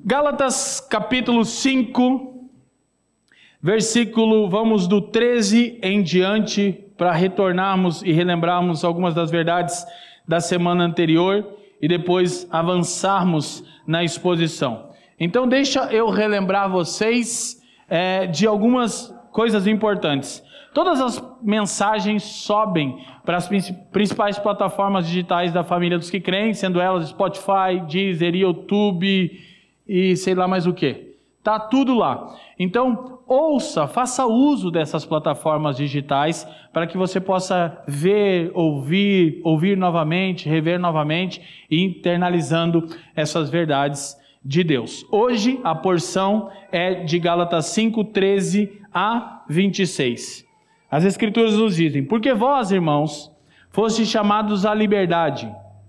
Gálatas capítulo 5, vamos do 13 em diante, para retornarmos e relembrarmos algumas das verdades da semana anterior e depois avançarmos na exposição. Então deixa eu relembrar vocês de algumas coisas importantes. Todas as mensagens sobem para as principais plataformas digitais da família dos que creem, sendo elas Spotify, Deezer, YouTube e sei lá mais o que. Tá tudo lá. Então, ouça, faça uso dessas plataformas digitais para que você possa ver, ouvir novamente, rever novamente e internalizando essas verdades de Deus. Hoje a porção é de Gálatas 5:13 a 26. As Escrituras nos dizem: porque vós, irmãos, fostes chamados à liberdade.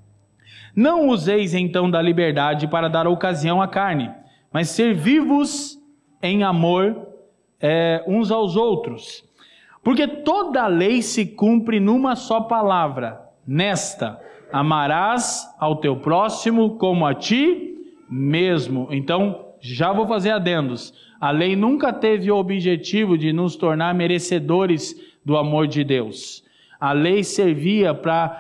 Não useis então da liberdade para dar ocasião à carne, mas servi-vos em amor uns aos outros. Porque toda a lei se cumpre numa só palavra, nesta: amarás ao teu próximo como a ti mesmo. Então, já vou fazer adendos. A lei nunca teve o objetivo de nos tornar merecedores do amor de Deus. A lei servia para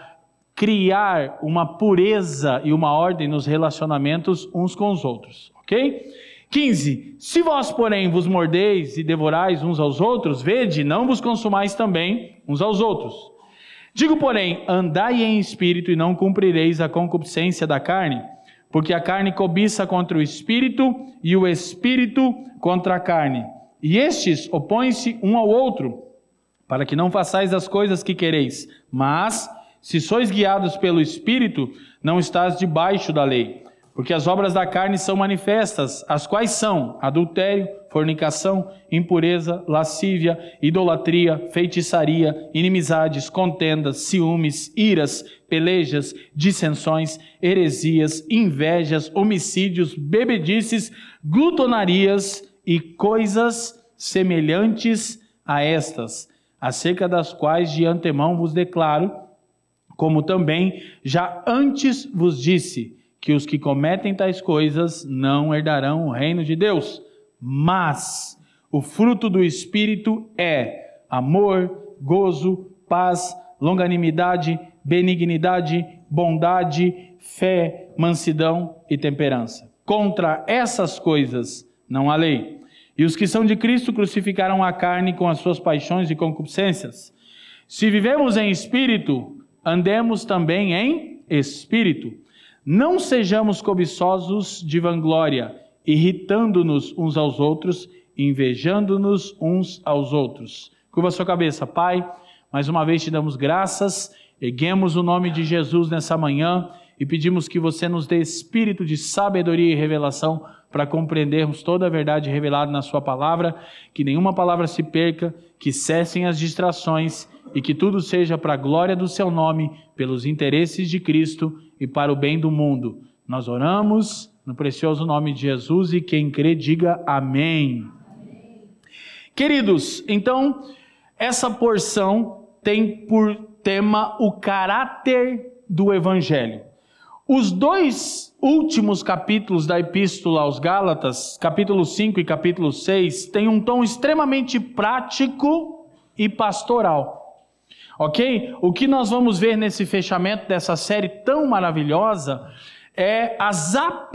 criar uma pureza e uma ordem nos relacionamentos uns com os outros, ok? 15. Se vós, porém, vos mordeis e devorais uns aos outros, vede, não vos consumais também uns aos outros. Digo, porém, andai em espírito e não cumprireis a concupiscência da carne, porque a carne cobiça contra o espírito e o espírito contra a carne. E estes opõem-se um ao outro, para que não façais as coisas que quereis. Mas, se sois guiados pelo espírito, não estás debaixo da lei. Porque as obras da carne são manifestas, as quais são adultério, fornicação, impureza, lascívia, idolatria, feitiçaria, inimizades, contendas, ciúmes, iras, pelejas, dissensões, heresias, invejas, homicídios, bebedices, glutonarias e coisas semelhantes a estas, acerca das quais de antemão vos declaro, como também já antes vos disse, que os que cometem tais coisas não herdarão o reino de Deus. Mas o fruto do Espírito é amor, gozo, paz, longanimidade, benignidade, bondade, fé, mansidão e temperança. Contra essas coisas não há lei. E os que são de Cristo crucificaram a carne com as suas paixões e concupiscências. Se vivemos em espírito, andemos também em espírito. Não sejamos cobiçosos de vanglória, irritando-nos uns aos outros, invejando-nos uns aos outros. Curva a sua cabeça, Pai. Mais uma vez te damos graças, erguemos o nome de Jesus nessa manhã e pedimos que você nos dê espírito de sabedoria e revelação para compreendermos toda a verdade revelada na sua palavra, que nenhuma palavra se perca, que cessem as distrações e que tudo seja para a glória do seu nome, pelos interesses de Cristo e para o bem do mundo. Nós oramos no precioso nome de Jesus e quem crê diga amém. Amém. Queridos, então essa porção tem por tema o caráter do Evangelho. Os dois últimos capítulos da Epístola aos Gálatas, capítulo 5 e capítulo 6, têm um tom extremamente prático e pastoral. Ok? O que nós vamos ver nesse fechamento dessa série tão maravilhosa é as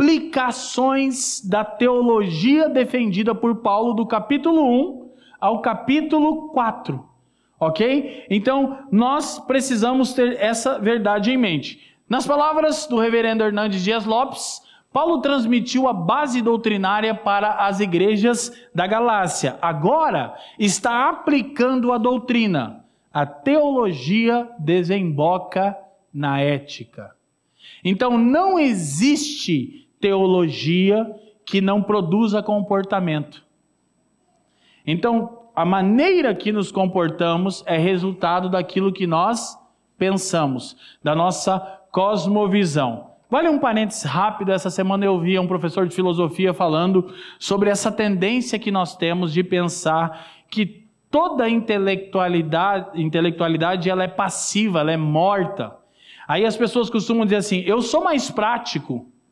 aplicações da teologia defendida por Paulo do capítulo 1 ao capítulo 4. Ok? Então, nós precisamos ter essa verdade em mente. Nas palavras do reverendo Hernandes Dias Lopes, Paulo transmitiu a base doutrinária para as igrejas da Galácia. Agora, está aplicando a doutrina. A teologia desemboca na ética. Então, não existe teologia que não produza comportamento. Então, a maneira que nos comportamos é resultado daquilo que nós pensamos, da nossa cosmovisão. Vale um parênteses rápido, essa semana eu vi um professor de filosofia falando sobre essa tendência que nós temos de pensar que toda intelectualidade ela é passiva, ela é morta. Aí as pessoas costumam dizer assim, eu sou mais prático.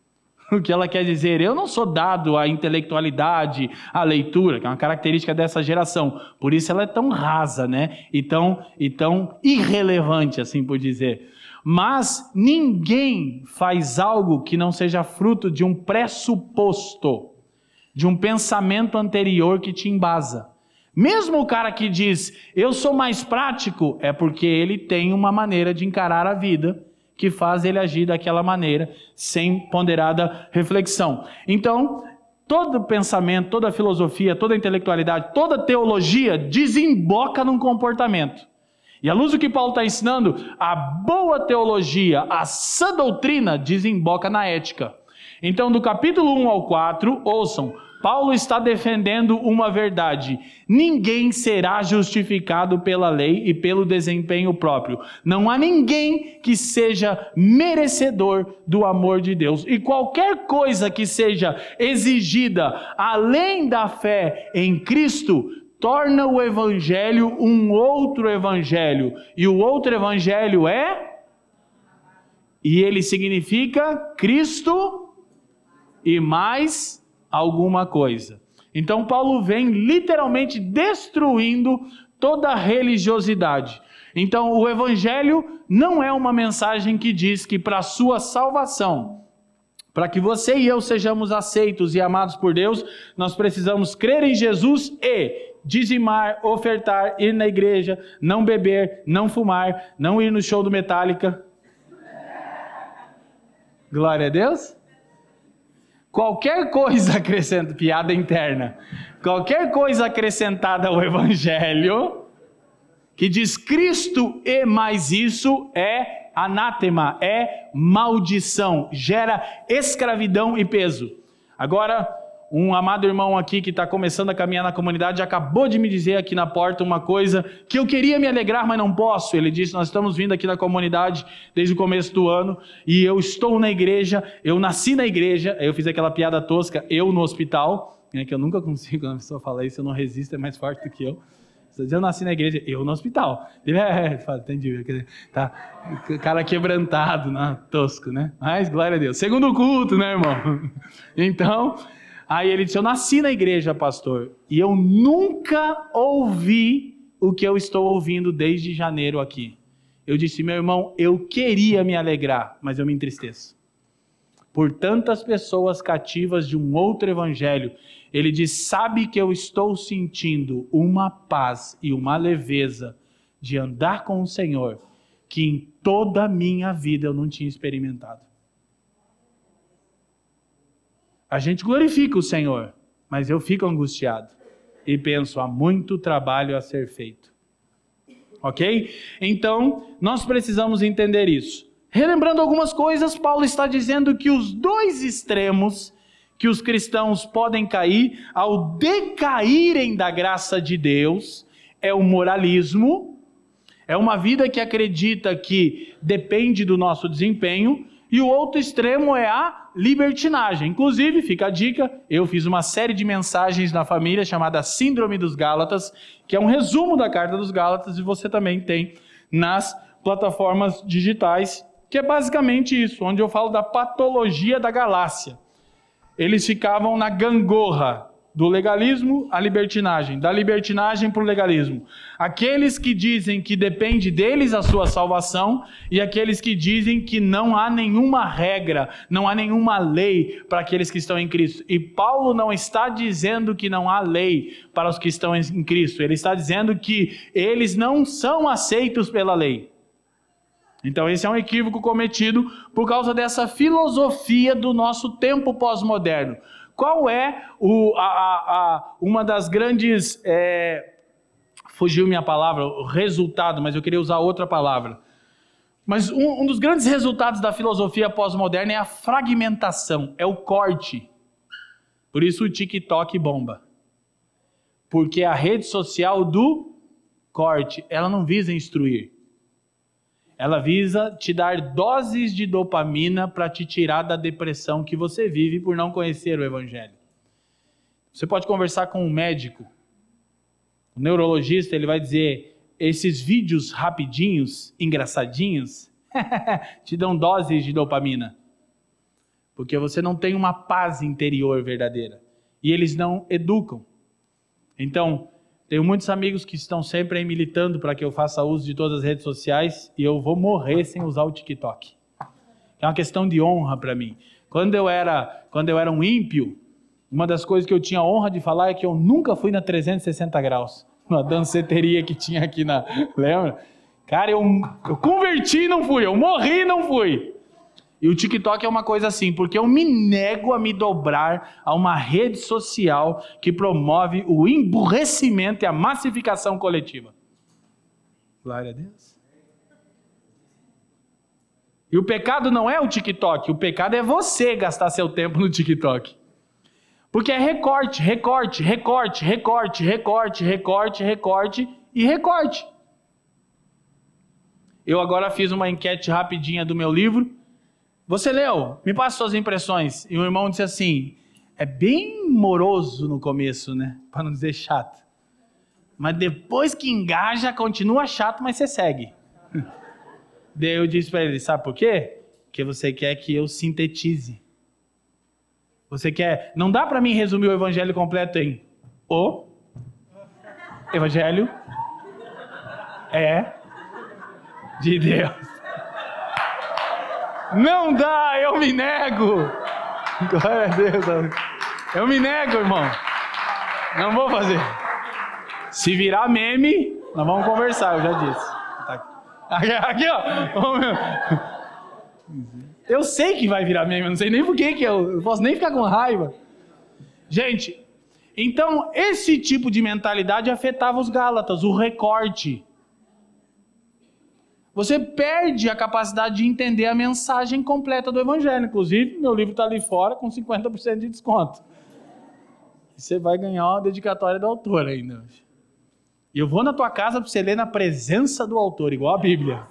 O que ela quer dizer? Eu não sou dado à intelectualidade, à leitura, que é uma característica dessa geração. Por isso ela é tão rasa, né? E tão irrelevante, assim por dizer. Mas ninguém faz algo que não seja fruto de um pressuposto, de um pensamento anterior que te embasa. Mesmo o cara que diz, eu sou mais prático, é porque ele tem uma maneira de encarar a vida que faz ele agir daquela maneira, sem ponderada reflexão. Então, todo pensamento, toda filosofia, toda intelectualidade, toda teologia desemboca num comportamento. E à luz do que Paulo está ensinando, a boa teologia, a sã doutrina, desemboca na ética. Então, do capítulo 1 ao 4, ouçam, Paulo está defendendo uma verdade. Ninguém será justificado pela lei e pelo desempenho próprio. Não há ninguém que seja merecedor do amor de Deus. E qualquer coisa que seja exigida além da fé em Cristo, torna o evangelho um outro evangelho. E o outro evangelho é? E ele significa Cristo e mais alguma coisa. Então Paulo vem literalmente destruindo toda a religiosidade. Então o evangelho não é uma mensagem que diz que para a sua salvação, para que você e eu sejamos aceitos e amados por Deus, nós precisamos crer em Jesus e dizimar, ofertar, ir na igreja, não beber, não fumar, não ir no show do Metallica. Glória a Deus. Qualquer coisa acrescentada, piada interna, qualquer coisa acrescentada ao evangelho, que diz Cristo e mais isso, é anátema, é maldição, gera escravidão e peso. Agora, um amado irmão aqui que está começando a caminhar na comunidade acabou de me dizer aqui na porta uma coisa que eu queria me alegrar, mas não posso. Ele disse, nós estamos vindo aqui na comunidade desde o começo do ano e eu estou na igreja, eu nasci na igreja, eu fiz aquela piada tosca, eu no hospital, que eu nunca consigo, quando a pessoa fala isso, eu não resisto, é mais forte do que eu. Eu nasci na igreja, eu no hospital. Ele entendi, tá, cara quebrantado, né? Tosco, né? Mas glória a Deus. Segundo culto, né, irmão? Então... Aí ele disse, eu nasci na igreja, pastor, e eu nunca ouvi o que eu estou ouvindo desde janeiro aqui. Eu disse, meu irmão, eu queria me alegrar, mas eu me entristeço. Por tantas pessoas cativas de um outro evangelho, ele diz, sabe que eu estou sentindo uma paz e uma leveza de andar com o Senhor, que em toda a minha vida eu não tinha experimentado. A gente glorifica o Senhor, mas eu fico angustiado e penso, há muito trabalho a ser feito. Ok? Então, nós precisamos entender isso. Relembrando algumas coisas, Paulo está dizendo que os dois extremos que os cristãos podem cair ao decaírem da graça de Deus é o moralismo, é uma vida que acredita que depende do nosso desempenho, e o outro extremo é a libertinagem. Inclusive, fica a dica, eu fiz uma série de mensagens na família chamada Síndrome dos Gálatas, que é um resumo da Carta dos Gálatas, e você também tem nas plataformas digitais, que é basicamente isso, onde eu falo da patologia da Galácia. Eles ficavam na gangorra do legalismo à libertinagem, da libertinagem para o legalismo. Aqueles que dizem que depende deles a sua salvação e aqueles que dizem que não há nenhuma regra, não há nenhuma lei para aqueles que estão em Cristo. E Paulo não está dizendo que não há lei para os que estão em Cristo, ele está dizendo que eles não são aceitos pela lei. Então esse é um equívoco cometido por causa dessa filosofia do nosso tempo pós-moderno. Qual é uma das grandes, fugiu minha palavra, o resultado, mas eu queria usar outra palavra. Mas um dos grandes resultados da filosofia pós-moderna é a fragmentação, é o corte. Por isso o TikTok bomba. Porque a rede social do corte, ela não visa instruir. Ela visa te dar doses de dopamina para te tirar da depressão que você vive por não conhecer o Evangelho. Você pode conversar com um médico, um neurologista, ele vai dizer, esses vídeos rapidinhos, engraçadinhos, te dão doses de dopamina. porque você não tem uma paz interior verdadeira. E eles não educam. Então, tenho muitos amigos que estão sempre aí militando para que eu faça uso de todas as redes sociais e eu vou morrer sem usar o TikTok. É uma questão de honra para mim. Quando eu era um ímpio, uma das coisas que eu tinha honra de falar é que eu nunca fui na 360 graus, na danceteria que tinha aqui na... Lembra? Cara, eu converti e não fui, eu morri e não fui. E o TikTok é uma coisa assim, porque eu me nego a me dobrar a uma rede social que promove o emburrecimento e a massificação coletiva. Glória a Deus. E o pecado não é o TikTok, o pecado é você gastar seu tempo no TikTok. Porque é recorte, recorte, recorte, recorte, recorte, recorte, recorte e recorte. Eu agora fiz uma enquete rapidinha do meu livro. Você leu? Me passa suas impressões. E o irmão disse assim, é bem moroso no começo, né? Para não dizer chato. Mas depois que engaja, continua chato, mas você segue. Daí eu disse para ele, sabe por quê? Porque você quer que eu sintetize. Você quer... Não dá para mim resumir o evangelho completo em o evangelho é de Deus. Não dá, eu me nego. Glória a Deus. Eu me nego, irmão. Não vou fazer. Se virar meme, nós vamos conversar, eu já disse. Aqui, ó. Eu sei que vai virar meme, eu não sei nem por que eu não posso nem ficar com raiva. Gente, então esse tipo de mentalidade afetava os Gálatas, o recorte. Você perde a capacidade de entender a mensagem completa do Evangelho. Inclusive, meu livro está ali fora com 50% de desconto. E você vai ganhar uma dedicatória do autor ainda. E eu vou na tua casa para você ler na presença do autor, igual a Bíblia.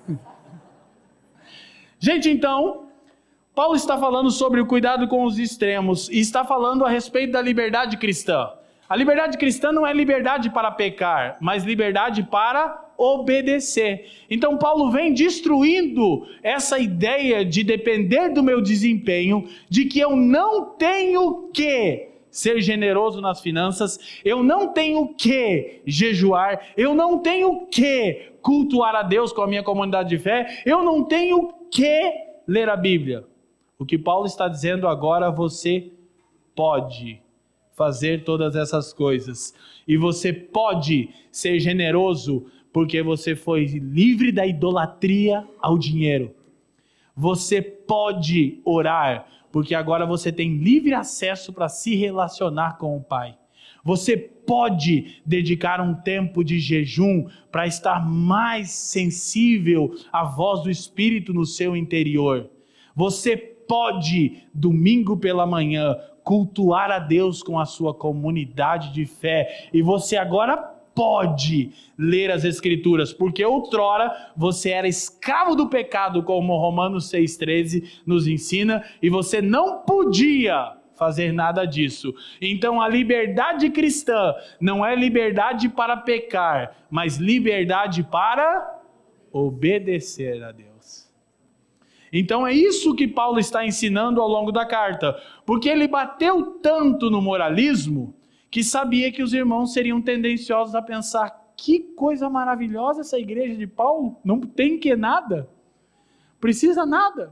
Gente, então, Paulo está falando sobre o cuidado com os extremos e está falando a respeito da liberdade cristã. A liberdade cristã não é liberdade para pecar, mas liberdade para obedecer. Então Paulo vem destruindo essa ideia de depender do meu desempenho, de que eu não tenho que ser generoso nas finanças, eu não tenho que jejuar, eu não tenho que cultuar a Deus com a minha comunidade de fé, eu não tenho que ler a Bíblia. O que Paulo está dizendo agora, você pode fazer todas essas coisas. E você pode ser generoso porque você foi livre da idolatria ao dinheiro. Você pode orar porque agora você tem livre acesso para se relacionar com o Pai. Você pode dedicar um tempo de jejum para estar mais sensível à voz do Espírito no seu interior. Você pode, domingo pela manhã, cultuar a Deus com a sua comunidade de fé. E você agora pode ler as Escrituras, porque outrora você era escravo do pecado, como Romanos 6,13 nos ensina, e você não podia fazer nada disso. Então a liberdade cristã não é liberdade para pecar, mas liberdade para obedecer a Deus. Então é isso que Paulo está ensinando ao longo da carta, porque ele bateu tanto no moralismo, que sabia que os irmãos seriam tendenciosos a pensar, que coisa maravilhosa essa igreja de Paulo, não tem que nada, precisa nada.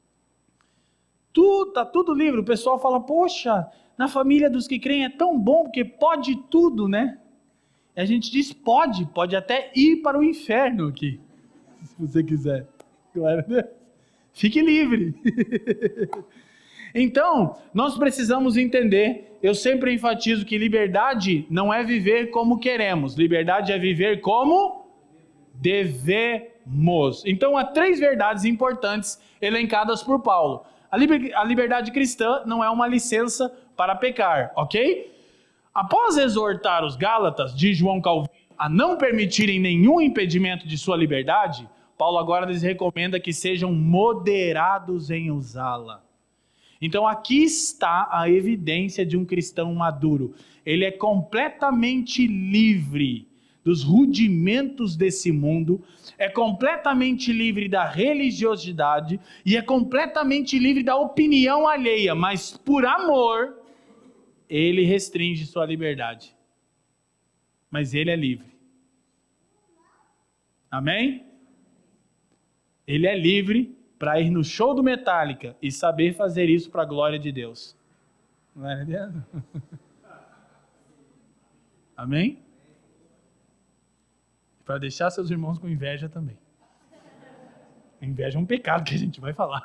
Tá tudo livre, o pessoal fala, poxa, na família dos que creem é tão bom, porque pode tudo, né? E a gente diz, pode até ir para o inferno aqui, se você quiser. Glória a Deus. Fique livre. Então, nós precisamos entender, eu sempre enfatizo que liberdade não é viver como queremos, liberdade é viver como devemos. Então, há 3 verdades importantes elencadas por Paulo. A liberdade cristã não é uma licença para pecar, ok? Após exortar os Gálatas, de João Calvino, a não permitirem nenhum impedimento de sua liberdade, Paulo agora lhes recomenda que sejam moderados em usá-la. Então aqui está a evidência de um cristão maduro. Ele é completamente livre dos rudimentos desse mundo, é completamente livre da religiosidade e é completamente livre da opinião alheia, mas por amor, ele restringe sua liberdade. Mas ele é livre. Amém? Ele é livre para ir no show do Metallica e saber fazer isso para a glória de Deus. Glória a Deus. Amém? Para deixar seus irmãos com inveja também. Inveja é um pecado que a gente vai falar.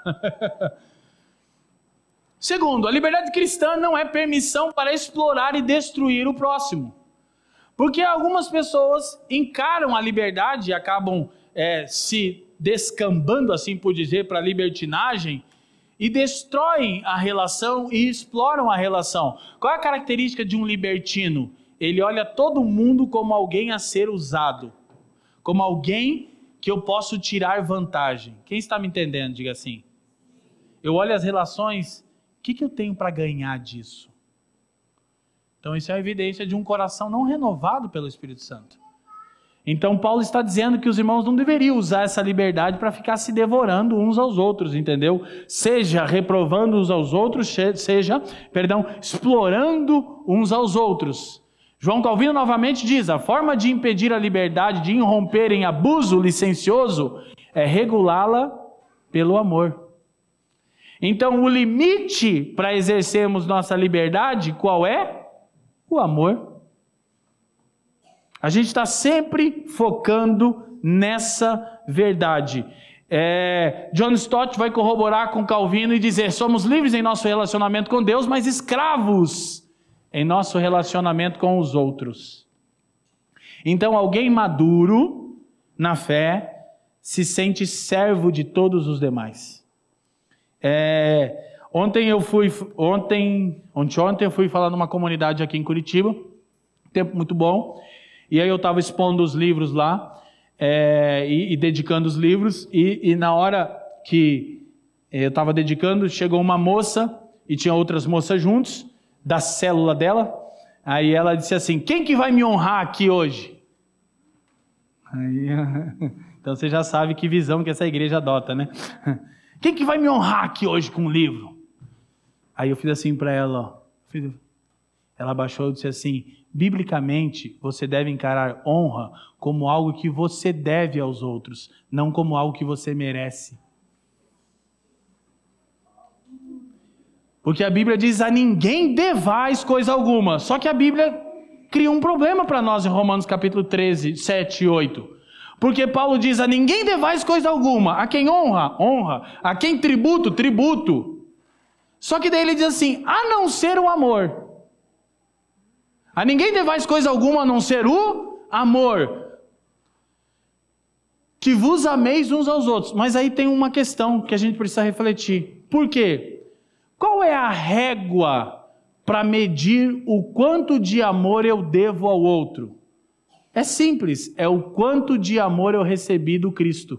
Segundo, a liberdade cristã não é permissão para explorar e destruir o próximo. Porque algumas pessoas encaram a liberdade e acabam se descambando, assim por dizer, para a libertinagem e destroem a relação e exploram a relação. Qual é a característica de um libertino? Ele olha todo mundo como alguém a ser usado, como alguém que eu posso tirar vantagem. Quem está me entendendo, diga assim. Eu olho as relações, o que eu tenho para ganhar disso? Então isso é a evidência de um coração não renovado pelo Espírito Santo. Então Paulo está dizendo que os irmãos não deveriam usar essa liberdade para ficar se devorando uns aos outros, entendeu? Seja reprovando uns aos outros, seja, explorando uns aos outros. João Calvino novamente diz, a forma de impedir a liberdade de irromper em abuso licencioso é regulá-la pelo amor. Então o limite para exercermos nossa liberdade, qual é? O amor. A gente está sempre focando nessa verdade. John Stott vai corroborar com Calvino e dizer, somos livres em nosso relacionamento com Deus, mas escravos em nosso relacionamento com os outros. Então alguém maduro na fé se sente servo de todos os demais. Ontem eu fui falar numa comunidade aqui em Curitiba, tempo muito bom, e aí eu estava expondo os livros lá, e dedicando os livros, e na hora que eu estava dedicando, chegou uma moça, e tinha outras moças juntos, da célula dela, aí ela disse assim, quem que vai me honrar aqui hoje? Aí, então você já sabe que visão que essa igreja adota, né? Quem que vai me honrar aqui hoje com um livro? Aí eu fiz assim para ela, ó. Ela baixou e disse assim, biblicamente você deve encarar honra como algo que você deve aos outros, não como algo que você merece. Porque a Bíblia diz a ninguém devais coisa alguma, só que a Bíblia cria um problema para nós em Romanos capítulo 13, 7 e 8. Porque Paulo diz a ninguém devais coisa alguma, a quem honra, honra, a quem tributo, tributo. Só que daí ele diz assim, a não ser o amor. A ninguém devais coisa alguma a não ser o amor. Que vos ameis uns aos outros. Mas aí tem uma questão que a gente precisa refletir. Por quê? Qual é a régua para medir o quanto de amor eu devo ao outro? É simples, é o quanto de amor eu recebi do Cristo.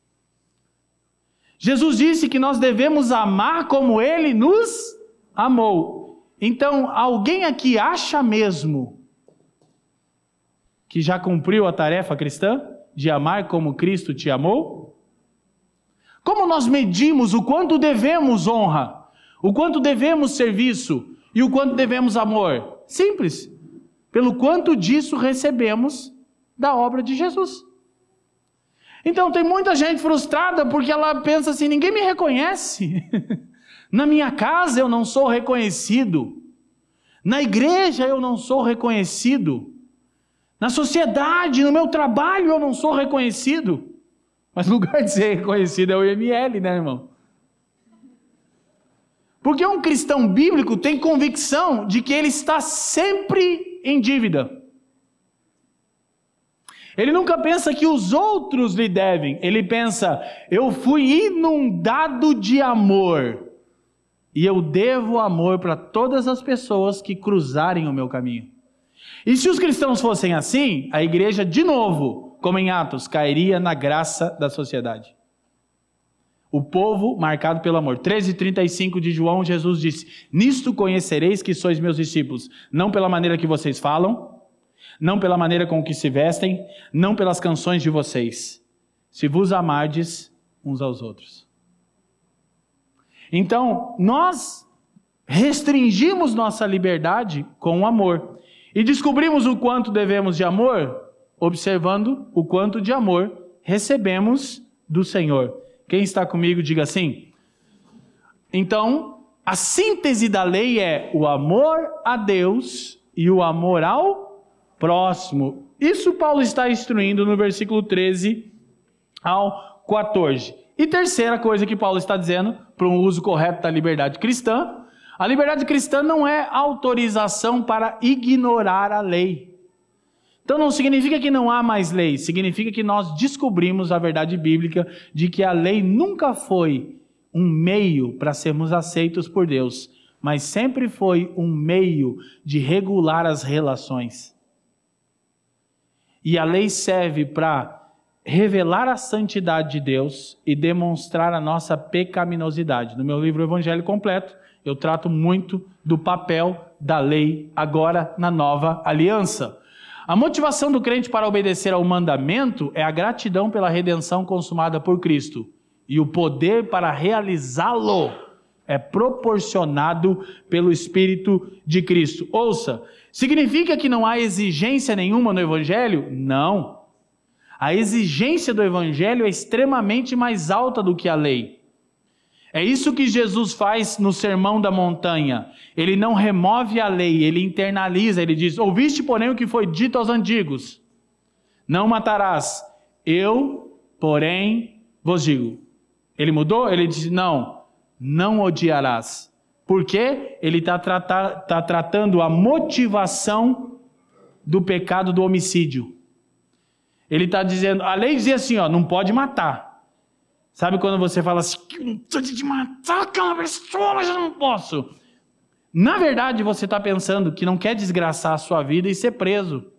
Jesus disse que nós devemos amar como Ele nos amou. Então, alguém aqui acha mesmo que já cumpriu a tarefa cristã de amar como Cristo te amou? Como nós medimos o quanto devemos honra, o quanto devemos serviço e o quanto devemos amor? Simples, pelo quanto disso recebemos da obra de Jesus. Então tem muita gente frustrada porque ela pensa assim, ninguém me reconhece. Na minha casa eu não sou reconhecido. Na igreja eu não sou reconhecido. Na sociedade, no meu trabalho eu não sou reconhecido. Mas o lugar de ser reconhecido é o IML, né, irmão? Porque um cristão bíblico tem convicção de que ele está sempre em dívida. Ele nunca pensa que os outros lhe devem. Ele pensa, eu fui inundado de amor. E eu devo amor para todas as pessoas que cruzarem o meu caminho. E se os cristãos fossem assim, a igreja, de novo, como em Atos, cairia na graça da sociedade. O povo marcado pelo amor. 13:35 de João, Jesus disse, nisto conhecereis que sois meus discípulos, não pela maneira que vocês falam, não pela maneira com que se vestem, não pelas canções de vocês, se vos amardes uns aos outros. Então, nós restringimos nossa liberdade com o amor. E descobrimos o quanto devemos de amor, observando o quanto de amor recebemos do Senhor. Quem está comigo, diga assim. Então, a síntese da lei é o amor a Deus e o amor ao próximo. Isso Paulo está instruindo no versículo 13 ao 14. E terceira coisa que Paulo está dizendo, para um uso correto da liberdade cristã, a liberdade cristã não é autorização para ignorar a lei. Então não significa que não há mais lei, significa que nós descobrimos a verdade bíblica de que a lei nunca foi um meio para sermos aceitos por Deus, mas sempre foi um meio de regular as relações. E a lei serve para revelar a santidade de Deus e demonstrar a nossa pecaminosidade. No meu livro Evangelho Completo, eu trato muito do papel da lei agora na nova aliança. A motivação do crente para obedecer ao mandamento é a gratidão pela redenção consumada por Cristo. E o poder para realizá-lo é proporcionado pelo Espírito de Cristo. Ouça, significa que não há exigência nenhuma no Evangelho? Não. A exigência do Evangelho é extremamente mais alta do que a lei. É isso que Jesus faz no Sermão da Montanha. Ele não remove a lei, ele internaliza, ele diz: ouviste, porém, o que foi dito aos antigos: não matarás. Eu, porém, vos digo. Ele mudou? Ele disse: não odiarás. Por quê? Ele está tratando a motivação do pecado do homicídio. Ele está dizendo, a lei dizia assim, não pode matar. Sabe quando você fala assim, que vontade de matar aquela pessoa, mas eu não posso. Na verdade, você está pensando que não quer desgraçar a sua vida e ser preso.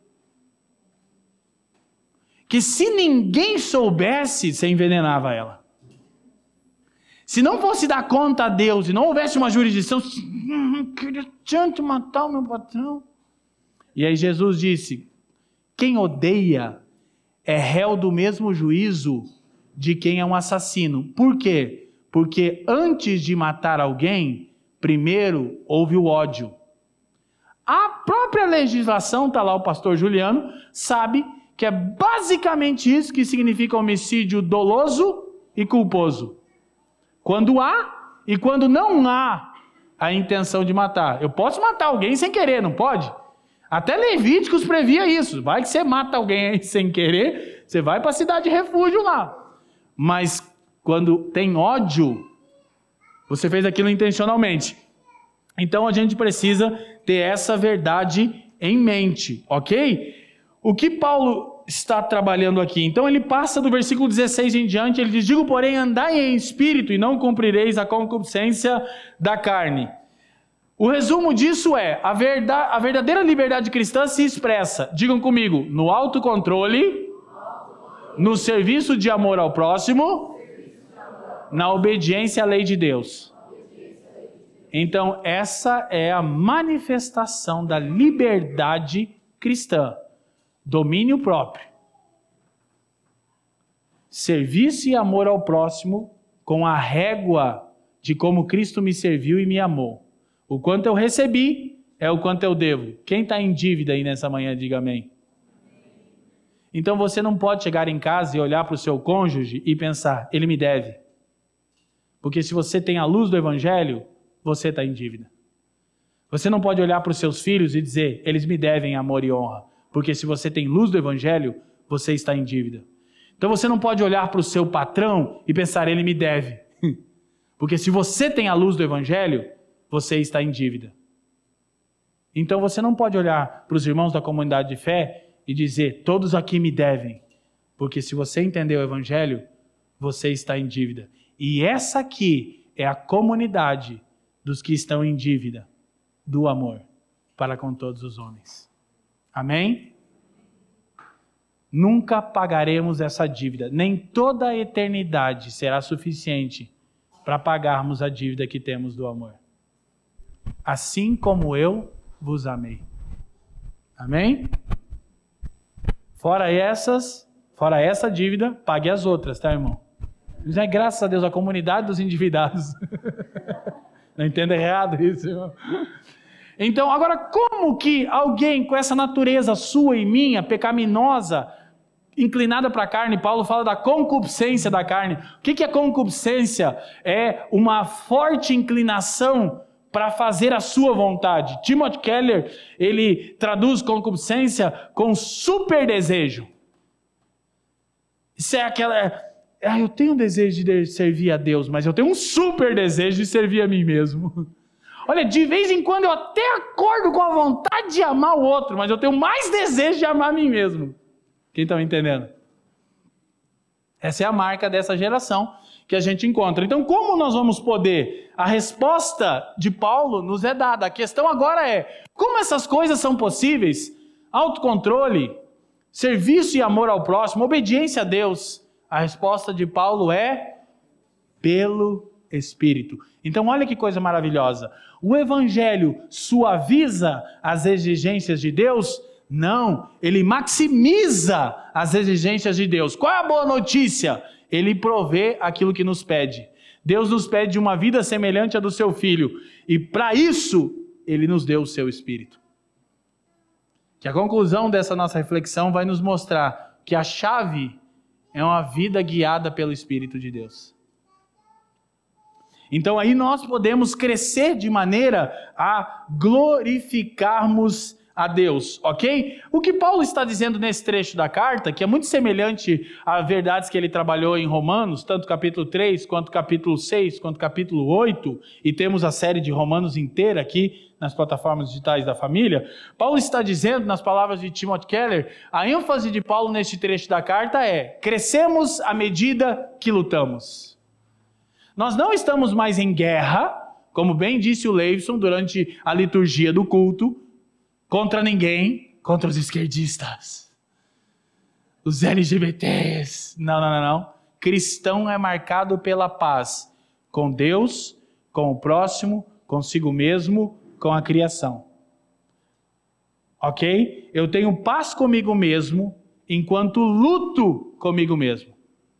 Que se ninguém soubesse, você envenenava ela. Se não fosse dar conta a Deus e não houvesse uma jurisdição, queria tanto matar o meu patrão. E aí Jesus disse, quem odeia é réu do mesmo juízo de quem é um assassino. Por quê? Porque antes de matar alguém, primeiro houve o ódio. A própria legislação, está lá o pastor Juliano, sabe que é basicamente isso que significa homicídio doloso e culposo. Quando há e quando não há a intenção de matar. Eu posso matar alguém sem querer, não pode? Até Levíticos previa isso. Vai que você mata alguém aí sem querer, você vai para a cidade de refúgio lá. Mas quando tem ódio, você fez aquilo intencionalmente. Então a gente precisa ter essa verdade em mente, ok? O que Paulo está trabalhando aqui? Então ele passa do versículo 16 em diante, ele diz, digo, porém, andai em espírito e não cumprireis a concupiscência da carne. O resumo disso é, a verdadeira liberdade cristã se expressa, digam comigo, no autocontrole, no serviço de amor ao próximo, na obediência à lei de Deus. Então, essa é a manifestação da liberdade cristã. Domínio próprio. Serviço e amor ao próximo com a régua de como Cristo me serviu e me amou. O quanto eu recebi é o quanto eu devo. Quem está em dívida aí nessa manhã, diga amém. Então você não pode chegar em casa e olhar para o seu cônjuge e pensar, ele me deve. Porque se você tem a luz do Evangelho, você está em dívida. Você não pode olhar para os seus filhos e dizer, eles me devem amor e honra. Porque se você tem luz do Evangelho, você está em dívida. Então você não pode olhar para o seu patrão e pensar, ele me deve. Porque se você tem a luz do Evangelho, você está em dívida. Então você não pode olhar para os irmãos da comunidade de fé e dizer, todos aqui me devem. Porque se você entender o Evangelho, você está em dívida. E essa aqui é a comunidade dos que estão em dívida do amor para com todos os homens. Amém? Nunca pagaremos essa dívida. Nem toda a eternidade será suficiente para pagarmos a dívida que temos do amor. Assim como eu vos amei. Amém? Fora essa dívida, pague as outras, tá, irmão? Isso é graças a Deus, a comunidade dos endividados. Não entenda errado isso, irmão. Então, agora, como que alguém com essa natureza sua e minha, pecaminosa, inclinada para a carne, Paulo fala da concupiscência da carne. O que é concupiscência? É uma forte inclinação para fazer a sua vontade. Timothy Keller, ele traduz concupiscência com super desejo. Isso é aquela... eu tenho um desejo de servir a Deus, mas eu tenho um super desejo de servir a mim mesmo. Olha, de vez em quando eu até acordo com a vontade de amar o outro, mas eu tenho mais desejo de amar a mim mesmo. Quem está me entendendo? Essa é a marca dessa geração que a gente encontra. Então, como nós vamos poder? A resposta de Paulo nos é dada. A questão agora é, como essas coisas são possíveis? Autocontrole, serviço e amor ao próximo, obediência a Deus. A resposta de Paulo é pelo Espírito. Então, olha que coisa maravilhosa. O Evangelho suaviza as exigências de Deus? Não, ele maximiza as exigências de Deus. Qual é a boa notícia? Ele provê aquilo que nos pede. Deus nos pede uma vida semelhante à do seu Filho. E para isso, ele nos deu o seu Espírito. Que a conclusão dessa nossa reflexão vai nos mostrar que a chave é uma vida guiada pelo Espírito de Deus. Então aí nós podemos crescer de maneira a glorificarmos a Deus, ok? O que Paulo está dizendo nesse trecho da carta, que é muito semelhante a verdades que ele trabalhou em Romanos, tanto capítulo 3, quanto capítulo 6, quanto capítulo 8, e temos a série de Romanos inteira aqui nas plataformas digitais da família. Paulo está dizendo, nas palavras de Timothy Keller, a ênfase de Paulo neste trecho da carta é: crescemos à medida que lutamos. Nós não estamos mais em guerra, como bem disse o Leivson durante a liturgia do culto, contra ninguém, contra os esquerdistas, os LGBTs. Não. Cristão é marcado pela paz com Deus, com o próximo, consigo mesmo, com a criação. Ok? Eu tenho paz comigo mesmo enquanto luto comigo mesmo.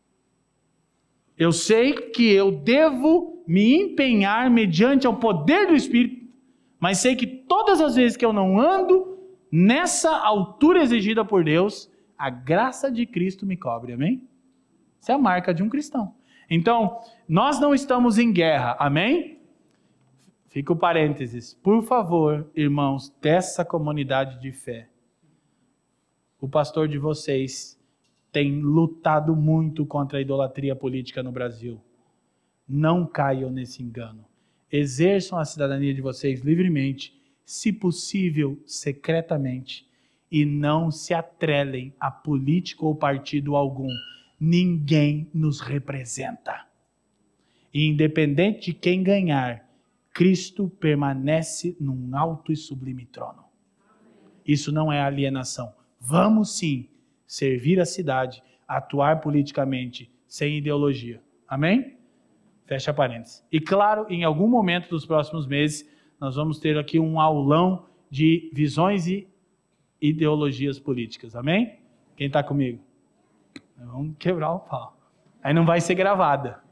Eu sei que eu devo me empenhar mediante o poder do Espírito, mas sei que todas as vezes que eu não ando nessa altura exigida por Deus, a graça de Cristo me cobre, amém? Essa é a marca de um cristão. Então, nós não estamos em guerra, amém? Fica o parênteses. Por favor, irmãos dessa comunidade de fé, o pastor de vocês tem lutado muito contra a idolatria política no Brasil. Não caiam nesse engano. Exerçam a cidadania de vocês livremente, se possível, secretamente, e não se atrelem a político ou partido algum. Ninguém nos representa. E independente de quem ganhar, Cristo permanece num alto e sublime trono. Isso não é alienação. Vamos sim servir a cidade, atuar politicamente, sem ideologia. Amém? Fecha parênteses. E claro, em algum momento dos próximos meses, nós vamos ter aqui um aulão de visões e ideologias políticas. Amém? Quem está comigo? Vamos quebrar o pau. Aí não vai ser gravada.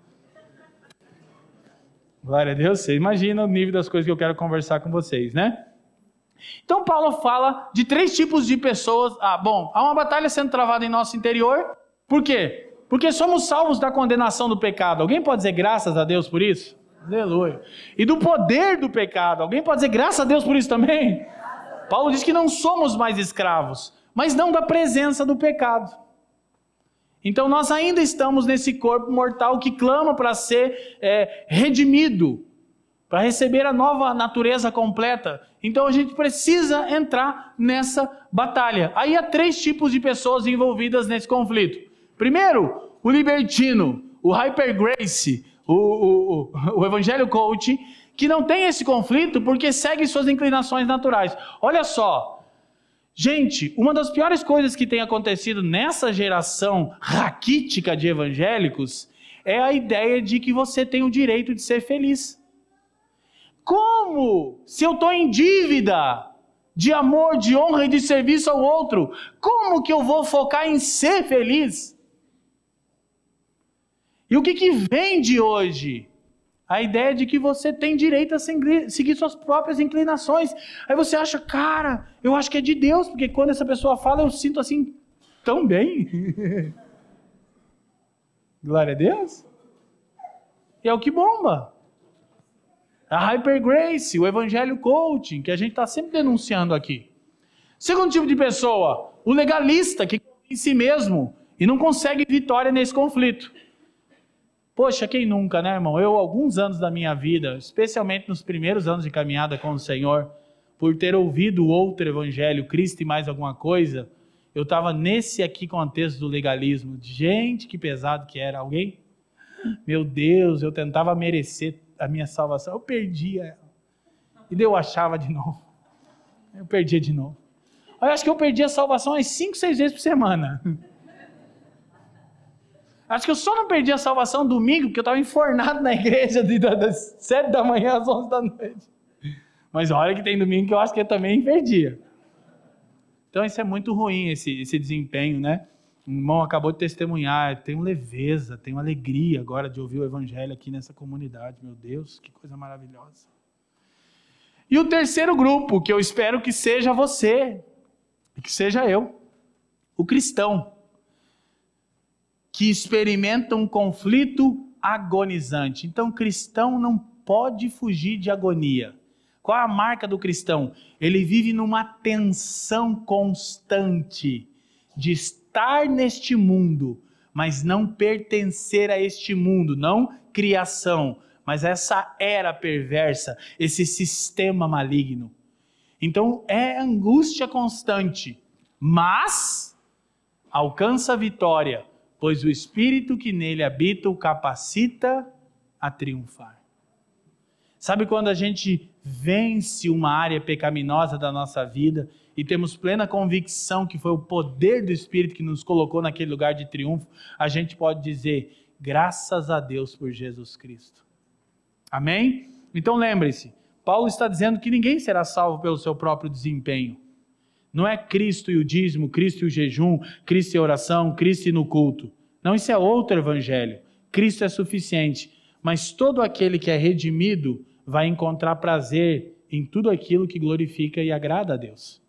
Glória a Deus. Você imagina o nível das coisas que eu quero conversar com vocês, né? Então Paulo fala de 3 tipos de pessoas. Há uma batalha sendo travada em nosso interior. Por quê? Porque somos salvos da condenação do pecado. Alguém pode dizer graças a Deus por isso? Aleluia. E do poder do pecado. Alguém pode dizer graças a Deus por isso também? Paulo diz que não somos mais escravos, mas não da presença do pecado. Então nós ainda estamos nesse corpo mortal que clama para ser redimido, para receber a nova natureza completa. Então a gente precisa entrar nessa batalha. Aí há 3 tipos de pessoas envolvidas nesse conflito. Primeiro, o libertino, o hyper grace, o evangelho coach, que não tem esse conflito porque segue suas inclinações naturais. Olha só, gente, uma das piores coisas que tem acontecido nessa geração raquítica de evangélicos é a ideia de que você tem o direito de ser feliz. Como? Se eu estou em dívida de amor, de honra e de serviço ao outro. Como que eu vou focar em ser feliz? E o que vende hoje? A ideia de que você tem direito a seguir suas próprias inclinações. Aí você acha, cara, eu acho que é de Deus, porque quando essa pessoa fala, eu sinto assim, tão bem. Glória a Deus. E é o que bomba. A Hyper Grace, o Evangelho Coaching, que a gente está sempre denunciando aqui. Segundo tipo de pessoa, o legalista, que confia em si mesmo e não consegue vitória nesse conflito. Poxa, quem nunca, né, irmão? Eu, alguns anos da minha vida, especialmente nos primeiros anos de caminhada com o Senhor, por ter ouvido outro evangelho, Cristo e mais alguma coisa, eu estava nesse aqui contexto do legalismo. Gente, que pesado que era. Alguém? Meu Deus, eu tentava merecer a minha salvação. Eu perdia ela. E daí eu achava de novo. Eu perdia de novo. Eu acho que eu perdi a salvação umas 5, 6 vezes por semana. Acho que eu só não perdi a salvação domingo, porque eu estava enfornado na igreja das 7 da manhã às 11 da noite. Mas olha que tem domingo que eu acho que eu também perdia. Então isso é muito ruim, esse desempenho, né? O irmão acabou de testemunhar, tenho leveza, tenho alegria agora de ouvir o evangelho aqui nessa comunidade. Meu Deus, que coisa maravilhosa. E o terceiro grupo, que eu espero que seja você, e que seja eu, o cristão, que experimenta um conflito agonizante. Então, o cristão não pode fugir de agonia. Qual é a marca do cristão? Ele vive numa tensão constante de estar neste mundo, mas não pertencer a este mundo, não criação, mas essa era perversa, esse sistema maligno. Então, é angústia constante, mas alcança a vitória, pois o Espírito que nele habita o capacita a triunfar. Sabe quando a gente vence uma área pecaminosa da nossa vida e temos plena convicção que foi o poder do Espírito que nos colocou naquele lugar de triunfo, a gente pode dizer, graças a Deus por Jesus Cristo. Amém? Então lembre-se, Paulo está dizendo que ninguém será salvo pelo seu próprio desempenho. Não é Cristo e o dízimo, Cristo e o jejum, Cristo e a oração, Cristo e no culto. Não, isso é outro evangelho. Cristo é suficiente. Mas todo aquele que é redimido vai encontrar prazer em tudo aquilo que glorifica e agrada a Deus.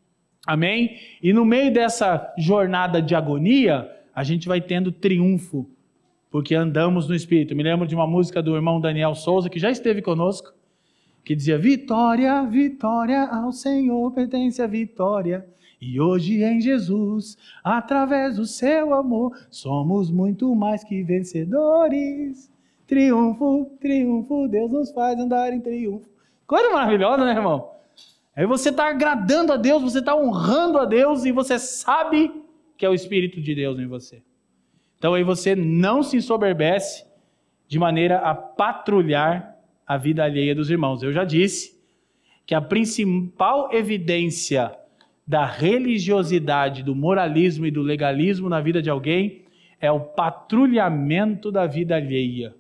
Amém? E no meio dessa jornada de agonia, a gente vai tendo triunfo, porque andamos no Espírito. Me lembro de uma música do irmão Daniel Souza, que já esteve conosco, que dizia, vitória, vitória, ao Senhor pertence a vitória, e hoje em Jesus, através do seu amor, somos muito mais que vencedores. Triunfo, triunfo, Deus nos faz andar em triunfo. Coisa maravilhosa, né, irmão? Aí você está agradando a Deus, você está honrando a Deus, e você sabe que é o Espírito de Deus em você. Então aí você não se ensoberbece de maneira a patrulhar a vida alheia dos irmãos. Eu já disse que a principal evidência da religiosidade, do moralismo e do legalismo na vida de alguém é o patrulhamento da vida alheia.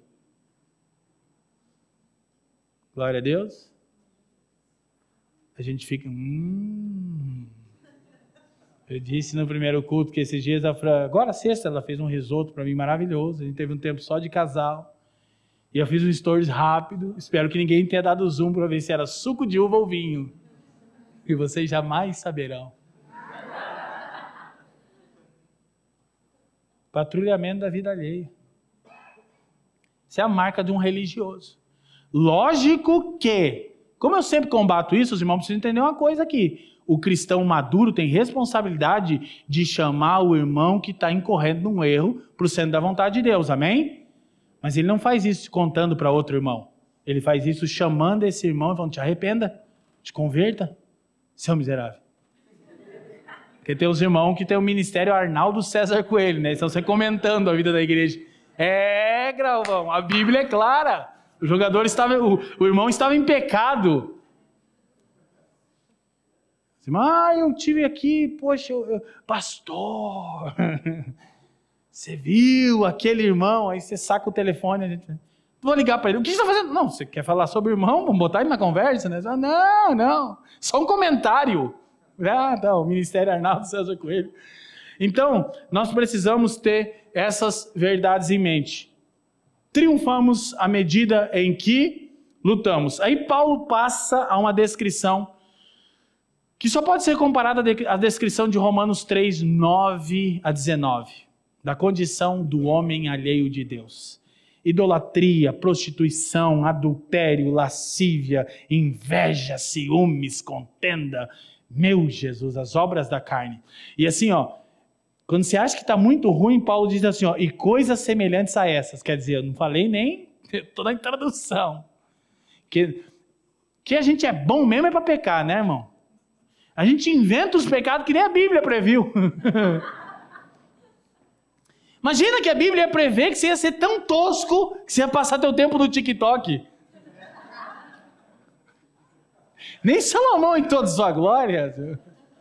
Glória a Deus. A gente fica... Eu disse no primeiro culto que esses dias, agora sexta, ela fez um risoto para mim maravilhoso. A gente teve um tempo só de casal. E eu fiz um stories rápido, espero que ninguém tenha dado zoom para ver se era suco de uva ou vinho. E vocês jamais saberão. Patrulhamento da vida alheia. Isso é a marca de um religioso. Lógico que, como eu sempre combato isso, os irmãos precisam entender uma coisa aqui. O cristão maduro tem responsabilidade de chamar o irmão que está incorrendo num erro para o centro da vontade de Deus, amém? Mas ele não faz isso contando para outro irmão. Ele faz isso chamando esse irmão e falando, te arrependa, te converta, seu miserável. Porque tem os irmãos que tem o ministério Arnaldo César Coelho, né? Estão sempre comentando a vida da igreja. Galvão, a Bíblia é clara. O irmão estava em pecado. Eu tive aqui, poxa, pastor... Você viu aquele irmão? Aí você saca o telefone, a gente... Vou ligar para ele. O que você está fazendo? Não, você quer falar sobre o irmão? Vamos botar ele na conversa, né? Não. Só um comentário. O Ministério Arnaldo César Coelho. Então, nós precisamos ter essas verdades em mente. Triunfamos à medida em que lutamos. Aí Paulo passa a uma descrição que só pode ser comparada à descrição de Romanos 3, 9 a 19, da condição do homem alheio de Deus. Idolatria, prostituição, adultério, lascívia, inveja, ciúmes, contenda. Meu Jesus, as obras da carne. E assim, quando você acha que está muito ruim, Paulo diz assim, e coisas semelhantes a essas. Quer dizer, eu não falei nem, estou na introdução. Que a gente é bom mesmo é para pecar, né, irmão? A gente inventa os pecados que nem a Bíblia previu. Imagina que a Bíblia prevê que você ia ser tão tosco que você ia passar teu tempo no TikTok. Nem Salomão em toda sua glória.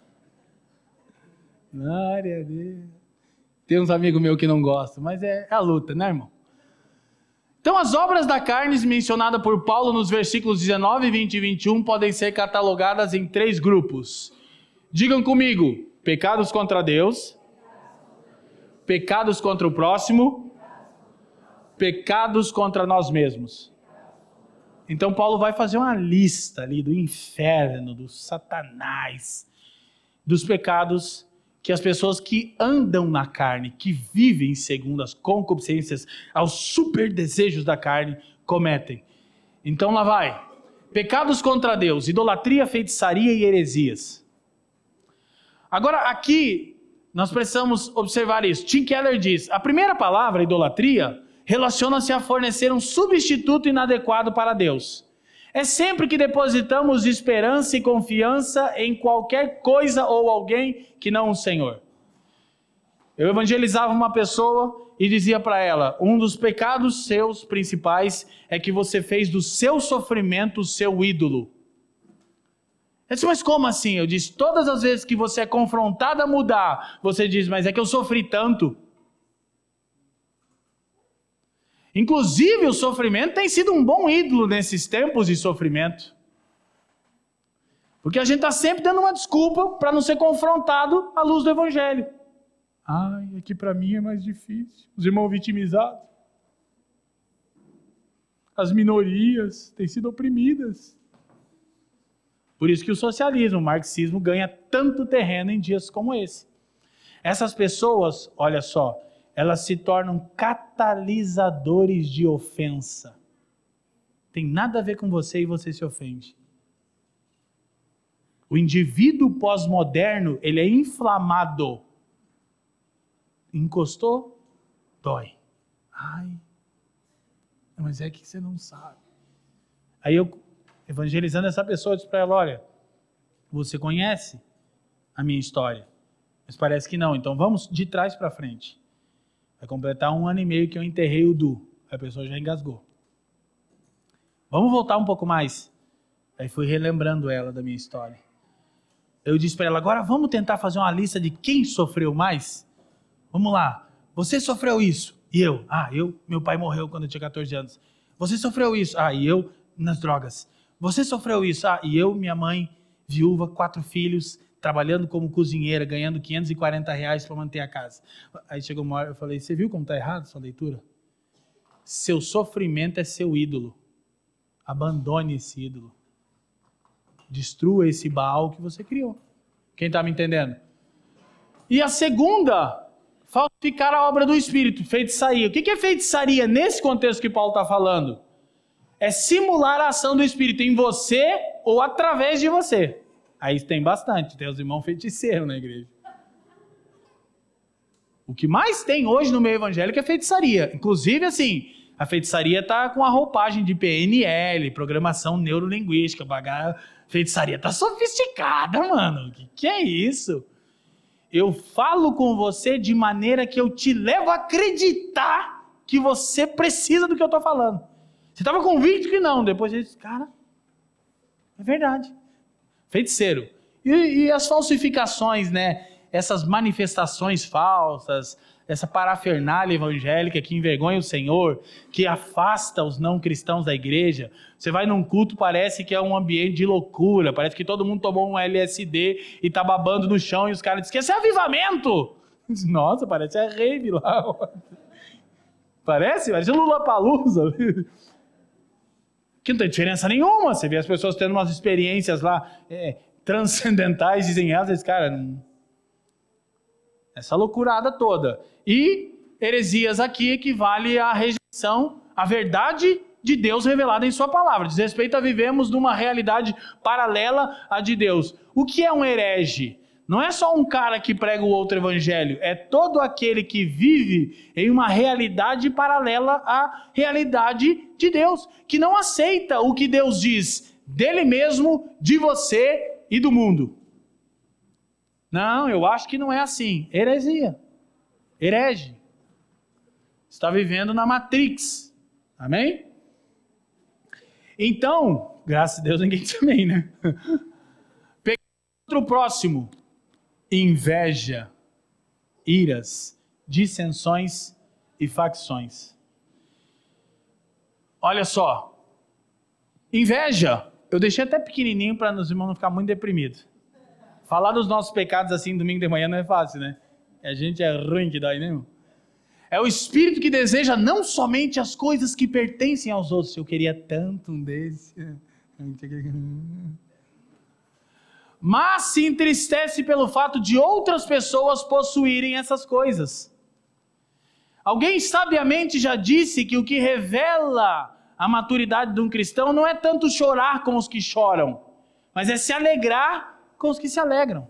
Glória a Deus. Tem uns amigos meus que não gostam, mas é a luta, né, irmão? Então, as obras da carne mencionadas por Paulo nos versículos 19, 20 e 21 podem ser catalogadas em 3 grupos. Digam comigo: pecados contra Deus, pecados contra o próximo, pecados contra nós mesmos. Então, Paulo vai fazer uma lista ali do inferno, do Satanás, dos pecados que as pessoas que andam na carne, que vivem segundo as concupiscências, aos super desejos da carne, cometem. Então lá vai. Pecados contra Deus, idolatria, feitiçaria e heresias. Agora aqui, nós precisamos observar isso. Tim Keller diz, a primeira palavra, idolatria, relaciona-se a fornecer um substituto inadequado para Deus. É sempre que depositamos esperança e confiança em qualquer coisa ou alguém que não o Senhor. Eu evangelizava uma pessoa e dizia para ela, um dos pecados seus principais é que você fez do seu sofrimento o seu ídolo. Eu disse, mas como assim? Eu disse, todas as vezes que você é confrontado a mudar, você diz, mas é que eu sofri tanto. Inclusive o sofrimento tem sido um bom ídolo nesses tempos de sofrimento. Porque a gente está sempre dando uma desculpa para não ser confrontado à luz do Evangelho. Ai, aqui para mim é mais difícil. Os irmãos vitimizados. As minorias têm sido oprimidas. Por isso que o socialismo, o marxismo ganha tanto terreno em dias como esse. Essas pessoas, olha só, elas se tornam catalisadores de ofensa. Tem nada a ver com você e você se ofende. O indivíduo pós-moderno, ele é inflamado. Encostou, dói. Ai, mas é que você não sabe. Aí eu, evangelizando essa pessoa, eu disse para ela, olha, você conhece a minha história? Mas parece que não, então vamos de trás para frente. Vai completar 1 ano e meio que eu enterrei o Du. A pessoa já engasgou. Vamos voltar um pouco mais. Aí fui relembrando ela da minha história. Eu disse para ela, agora vamos tentar fazer uma lista de quem sofreu mais? Vamos lá. Você sofreu isso. E eu? Meu pai morreu quando eu tinha 14 anos. Você sofreu isso. E eu nas drogas. Você sofreu isso. E eu, minha mãe, viúva, 4 filhos, trabalhando como cozinheira, ganhando R$540 para manter a casa. Aí chegou uma hora, eu falei, você viu como está errado essa leitura? Seu sofrimento é seu ídolo. Abandone esse ídolo. Destrua esse Baal que você criou. Quem está me entendendo? E a segunda, falsificar a obra do Espírito, feitiçaria. O que é feitiçaria nesse contexto que Paulo está falando? É simular a ação do Espírito em você ou através de você. Aí tem bastante, tem os irmãos feiticeiros na igreja. O que mais tem hoje no meio evangélico é feitiçaria. Inclusive, assim, a feitiçaria está com a roupagem de PNL, programação neurolinguística. Feitiçaria está sofisticada, mano. O que é isso? Eu falo com você de maneira que eu te levo a acreditar que você precisa do que eu estou falando. Você estava convicto que não, depois você disse, cara, é verdade. Feiticeiro. E as falsificações, né? Essas manifestações falsas, essa parafernália evangélica que envergonha o Senhor, que afasta os não cristãos da igreja. Você vai num culto, parece que é um ambiente de loucura, parece que todo mundo tomou um LSD e tá babando no chão e os caras dizem que esse é avivamento. Nossa, parece a rave lá. Parece Lula-Palusa. Que não tem diferença nenhuma. Você vê as pessoas tendo umas experiências lá transcendentais, dizem elas, cara, essa loucurada toda. E heresias aqui equivale à rejeição à verdade de Deus revelada em sua palavra. Diz respeito a vivemos numa realidade paralela à de Deus. O que é um herege? Não é só um cara que prega o outro evangelho, é todo aquele que vive em uma realidade paralela à realidade de Deus, que não aceita o que Deus diz dele mesmo, de você e do mundo. Não, eu acho que não é assim. Heresia. Herege. Está vivendo na Matrix. Amém? Então, graças a Deus ninguém diz amém, né? Outro próximo. Inveja, iras, dissensões e facções. Olha só, inveja, eu deixei até pequenininho para os irmãos não ficar muito deprimidos. Falar dos nossos pecados assim domingo de manhã não é fácil, né? A gente é ruim que dói, né, irmão? É o espírito que deseja não somente as coisas que pertencem aos outros. Eu queria tanto um desse. Mas se entristece pelo fato de outras pessoas possuírem essas coisas. Alguém sabiamente já disse que o que revela a maturidade de um cristão não é tanto chorar com os que choram, mas é se alegrar com os que se alegram.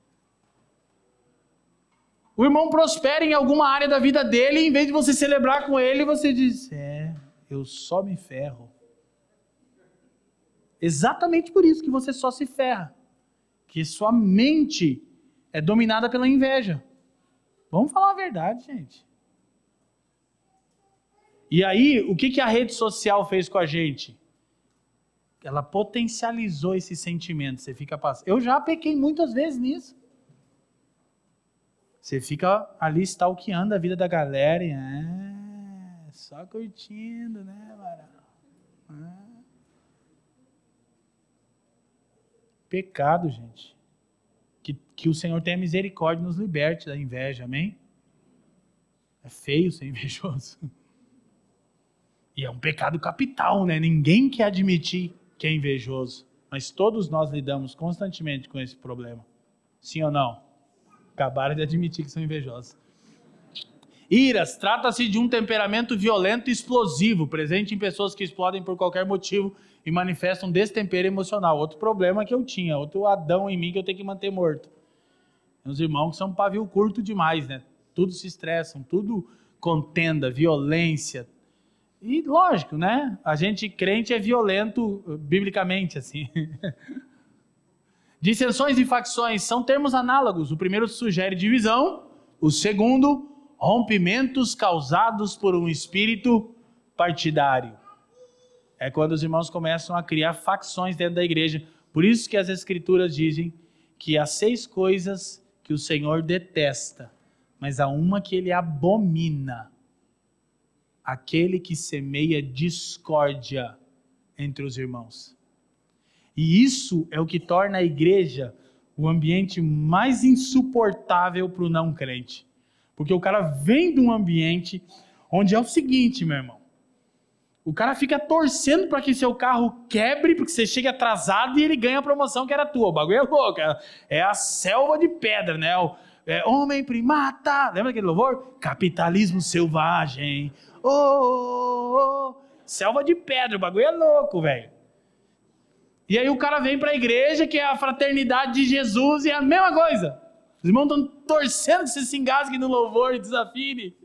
O irmão prospera em alguma área da vida dele, e em vez de você celebrar com ele, você diz, eu só me ferro. Exatamente por isso que você só se ferra. Que sua mente é dominada pela inveja. Vamos falar a verdade, gente. E aí, o que a rede social fez com a gente? Ela potencializou esse sentimento. Você fica passando. Eu já pequei muitas vezes nisso. Você fica ali stalkeando a vida da galera e só curtindo, né, Marão? Pecado, gente. Que o Senhor tenha misericórdia e nos liberte da inveja, amém? É feio ser invejoso. E é um pecado capital, né? Ninguém quer admitir que é invejoso. Mas todos nós lidamos constantemente com esse problema. Sim ou não? Acabaram de admitir que são invejosos. Iras, trata-se de um temperamento violento e explosivo, presente em pessoas que explodem por qualquer motivo e manifestam destempero emocional. Outro problema que eu tinha, outro Adão em mim que eu tenho que manter morto. Meus irmãos que são pavio curto demais, né? Tudo se estressam, tudo contenda, violência. E lógico, né? A gente crente é violento biblicamente, assim. Dissensões e facções são termos análogos. O primeiro sugere divisão, o segundo, rompimentos causados por um espírito partidário. É quando os irmãos começam a criar facções dentro da igreja. Por isso que as escrituras dizem que há 6 coisas que o Senhor detesta, mas há uma que ele abomina. Aquele que semeia discórdia entre os irmãos. E isso é o que torna a igreja o ambiente mais insuportável para o não crente. Porque o cara vem de um ambiente onde é o seguinte, meu irmão. O cara fica torcendo para que seu carro quebre, porque você chega atrasado e ele ganha a promoção que era tua. O bagulho é louco. É a selva de pedra, né? Homem primata. Lembra aquele louvor? Capitalismo selvagem. Selva de pedra. O bagulho é louco, velho. E aí o cara vem para a igreja, que é a fraternidade de Jesus, e é a mesma coisa. Os irmãos estão torcendo que você se engasgue no louvor e desafine.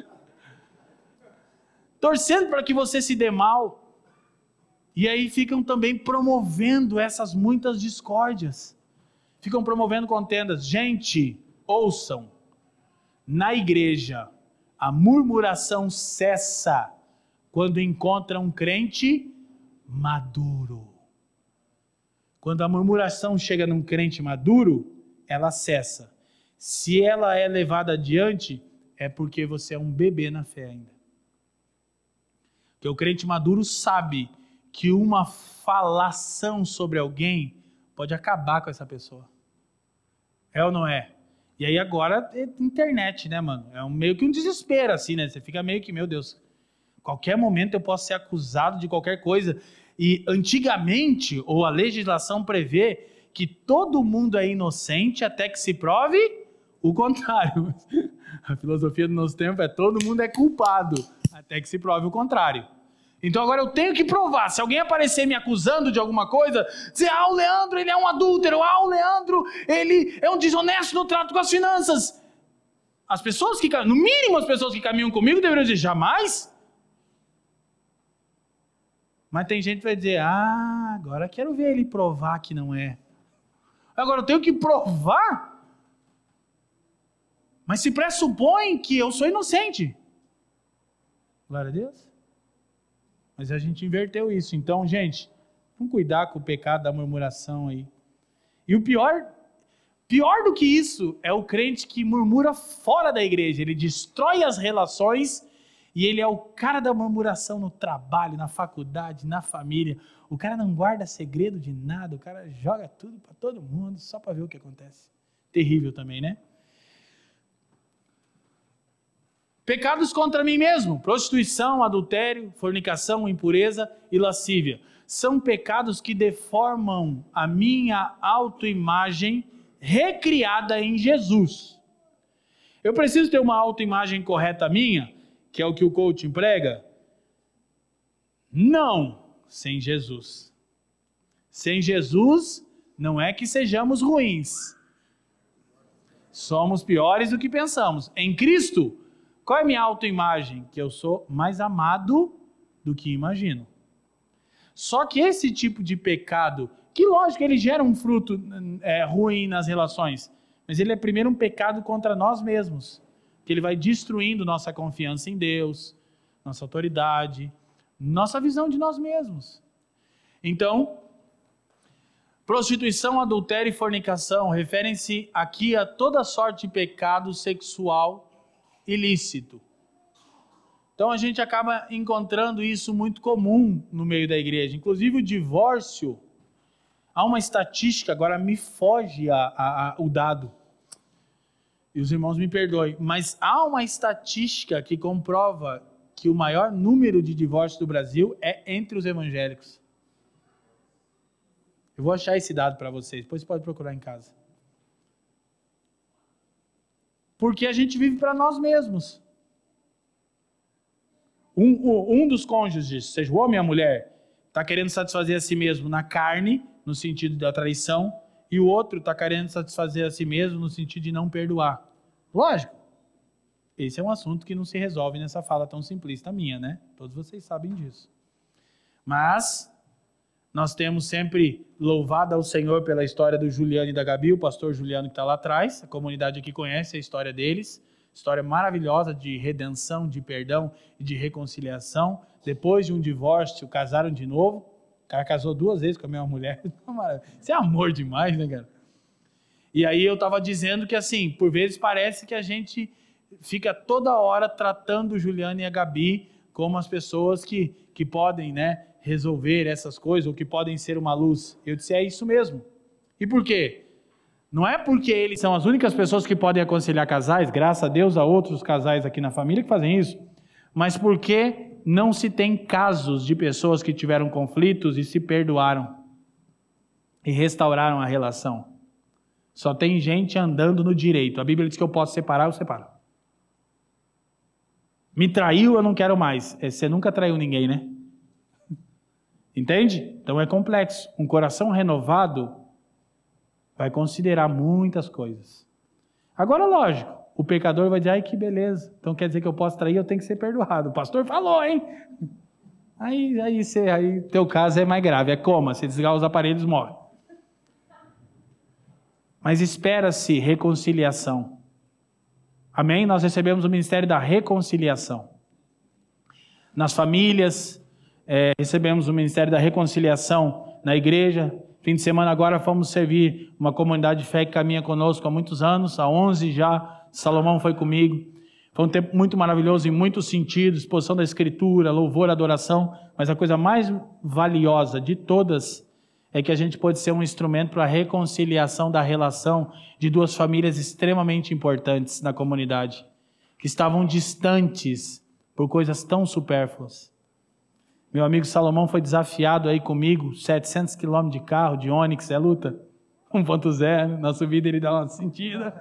Torcendo para que você se dê mal. E aí ficam também promovendo essas muitas discórdias. Ficam promovendo contendas. Gente, ouçam. Na igreja, a murmuração cessa quando encontra um crente maduro. Quando a murmuração chega num crente maduro, ela cessa. Se ela é levada adiante, é porque você é um bebê na fé ainda. Porque o crente maduro sabe que uma falação sobre alguém pode acabar com essa pessoa. É ou não é? E aí agora é internet, né, mano? É meio que um desespero, assim, né? Você fica meio que, meu Deus, qualquer momento eu posso ser acusado de qualquer coisa. E antigamente, ou a legislação prevê que todo mundo é inocente até que se prove o contrário. A filosofia do nosso tempo é todo mundo é culpado até que se prove o contrário. Então agora eu tenho que provar. Se alguém aparecer me acusando de alguma coisa, dizer, o Leandro, ele é um adúltero, o Leandro, ele é um desonesto no trato com as finanças. As pessoas que, no mínimo as pessoas que caminham comigo deveriam dizer, jamais. Mas tem gente que vai dizer, agora quero ver ele provar que não é. Agora eu tenho que provar? Mas se pressupõe que eu sou inocente. Glória a Deus. Mas a gente inverteu isso. Então, gente, vamos cuidar com o pecado da murmuração aí. E o pior do que isso é o crente que murmura fora da igreja. Ele destrói as relações e ele é o cara da murmuração no trabalho, na faculdade, na família. O cara não guarda segredo de nada, o cara joga tudo para todo mundo só para ver o que acontece. Terrível também, né? Pecados contra mim mesmo, prostituição, adultério, fornicação, impureza e lascívia. São pecados que deformam a minha autoimagem recriada em Jesus. Eu preciso ter uma autoimagem correta minha, que é o que o coaching prega? Não, sem Jesus. Sem Jesus, não é que sejamos ruins. Somos piores do que pensamos. Em Cristo, qual é a minha autoimagem? Que eu sou mais amado do que imagino. Só que esse tipo de pecado, que lógico, ele gera um fruto ruim nas relações, mas ele é primeiro um pecado contra nós mesmos, que ele vai destruindo nossa confiança em Deus, nossa autoridade, nossa visão de nós mesmos. Então, prostituição, adultério e fornicação referem-se aqui a toda sorte de pecado sexual ilícito. Então a gente acaba encontrando isso muito comum no meio da igreja. Inclusive o divórcio, há uma estatística, agora me foge o dado, e os irmãos me perdoem, mas há uma estatística que comprova que o maior número de divórcios do Brasil é entre os evangélicos. Eu vou achar esse dado para vocês, depois você pode procurar em casa. Porque a gente vive para nós mesmos. Um dos cônjuges, seja o homem ou a mulher, está querendo satisfazer a si mesmo na carne, no sentido da traição, e o outro está querendo satisfazer a si mesmo no sentido de não perdoar. Lógico, esse é um assunto que não se resolve nessa fala tão simplista minha, né? Todos vocês sabem disso. Mas nós temos sempre louvado ao Senhor pela história do Juliano e da Gabi, o pastor Juliano que está lá atrás, a comunidade aqui conhece a história deles, história maravilhosa de redenção, de perdão e de reconciliação. Depois de um divórcio, casaram de novo, o cara casou 2 vezes com a mesma mulher, isso é amor demais, né, cara? E aí eu estava dizendo que assim, por vezes parece que a gente fica toda hora tratando o Juliano e a Gabi como as pessoas que podem, né, resolver essas coisas, ou que podem ser uma luz. Eu disse, é isso mesmo. E por quê? Não é porque eles são as únicas pessoas que podem aconselhar casais, graças a Deus há outros casais aqui na família que fazem isso, mas porque não se tem casos de pessoas que tiveram conflitos e se perdoaram e restauraram a relação. Só tem gente andando no direito. A Bíblia diz que eu posso separar, eu separo. Me traiu, eu não quero mais. Você nunca traiu ninguém, né? Entende? Então é complexo. Um coração renovado vai considerar muitas coisas. Agora, lógico, o pecador vai dizer, ai que beleza, então quer dizer que eu posso trair, eu tenho que ser perdoado. O pastor falou, hein? Aí teu caso é mais grave, é coma, se desligar os aparelhos, morre. Mas espera-se reconciliação. Amém? Nós recebemos o ministério da reconciliação. Nas famílias, recebemos o ministério da reconciliação na igreja. Fim de semana agora fomos servir uma comunidade de fé que caminha conosco há muitos anos, há 11 já, Salomão foi comigo. Foi um tempo muito maravilhoso em muitos sentidos, exposição da Escritura, louvor, adoração, mas a coisa mais valiosa de todas é que a gente pode ser um instrumento para a reconciliação da relação de duas famílias extremamente importantes na comunidade, que estavam distantes por coisas tão supérfluas. Meu amigo Salomão foi desafiado aí comigo, 700 quilômetros de carro, de Onix, é luta? 1.0, na subida ele dá uma sentida.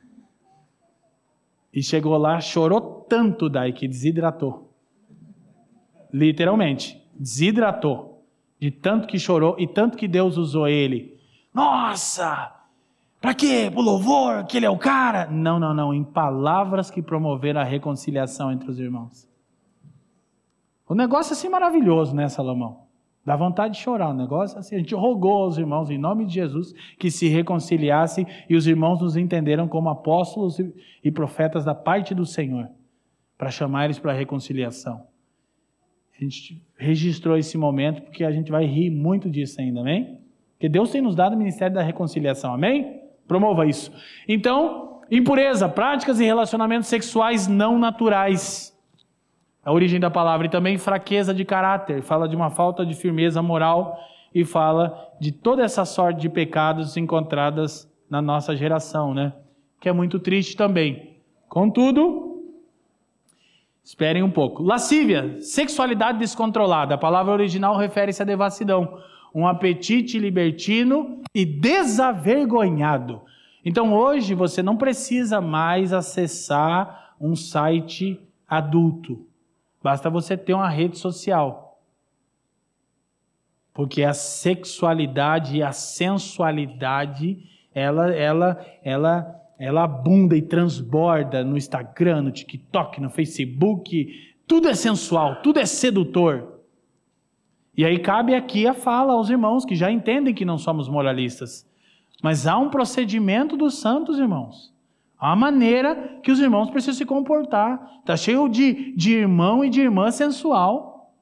E chegou lá, chorou tanto daí que desidratou. Literalmente, desidratou. De tanto que chorou e tanto que Deus usou ele. Nossa! Pra quê? Pro louvor? Que ele é o cara? Não. Em palavras que promoveram a reconciliação entre os irmãos. O negócio assim maravilhoso, né, Salomão? Dá vontade de chorar. O negócio assim. A gente rogou aos irmãos, em nome de Jesus, que se reconciliassem e os irmãos nos entenderam como apóstolos e profetas da parte do Senhor, para chamar eles para a reconciliação. A gente registrou esse momento porque a gente vai rir muito disso ainda, amém? Porque Deus tem nos dado o ministério da reconciliação, amém? Promova isso. Então, impureza, práticas e relacionamentos sexuais não naturais. A origem da palavra. E também fraqueza de caráter. Fala de uma falta de firmeza moral e fala de toda essa sorte de pecados encontradas na nossa geração, né? Que é muito triste também. Contudo, esperem um pouco. Lascívia, sexualidade descontrolada. A palavra original refere-se à devassidão. Um apetite libertino e desavergonhado. Então hoje você não precisa mais acessar um site adulto. Basta você ter uma rede social. Porque a sexualidade e a sensualidade, ela abunda e transborda no Instagram, no TikTok, no Facebook. Tudo é sensual, tudo é sedutor. E aí cabe aqui a fala aos irmãos que já entendem que não somos moralistas. Mas há um procedimento dos santos, irmãos. Há uma maneira que os irmãos precisam se comportar. Está cheio de irmão e de irmã sensual.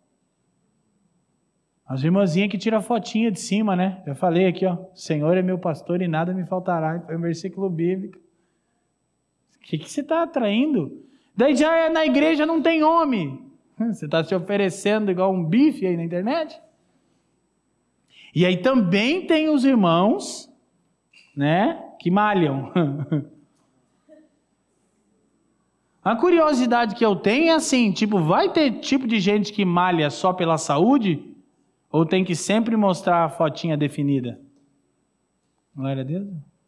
As irmãzinhas que tiram fotinha de cima, né? Já falei aqui, ó. O Senhor é meu pastor e nada me faltará. Foi um versículo bíblico. O que você está atraindo? Daí já na igreja não tem homem. Você está se oferecendo igual um bife aí na internet? E aí também tem os irmãos, né? Que malham. A curiosidade que eu tenho é assim, tipo, vai ter tipo de gente que malha só pela saúde? Ou tem que sempre mostrar a fotinha definida? Glória a Deus.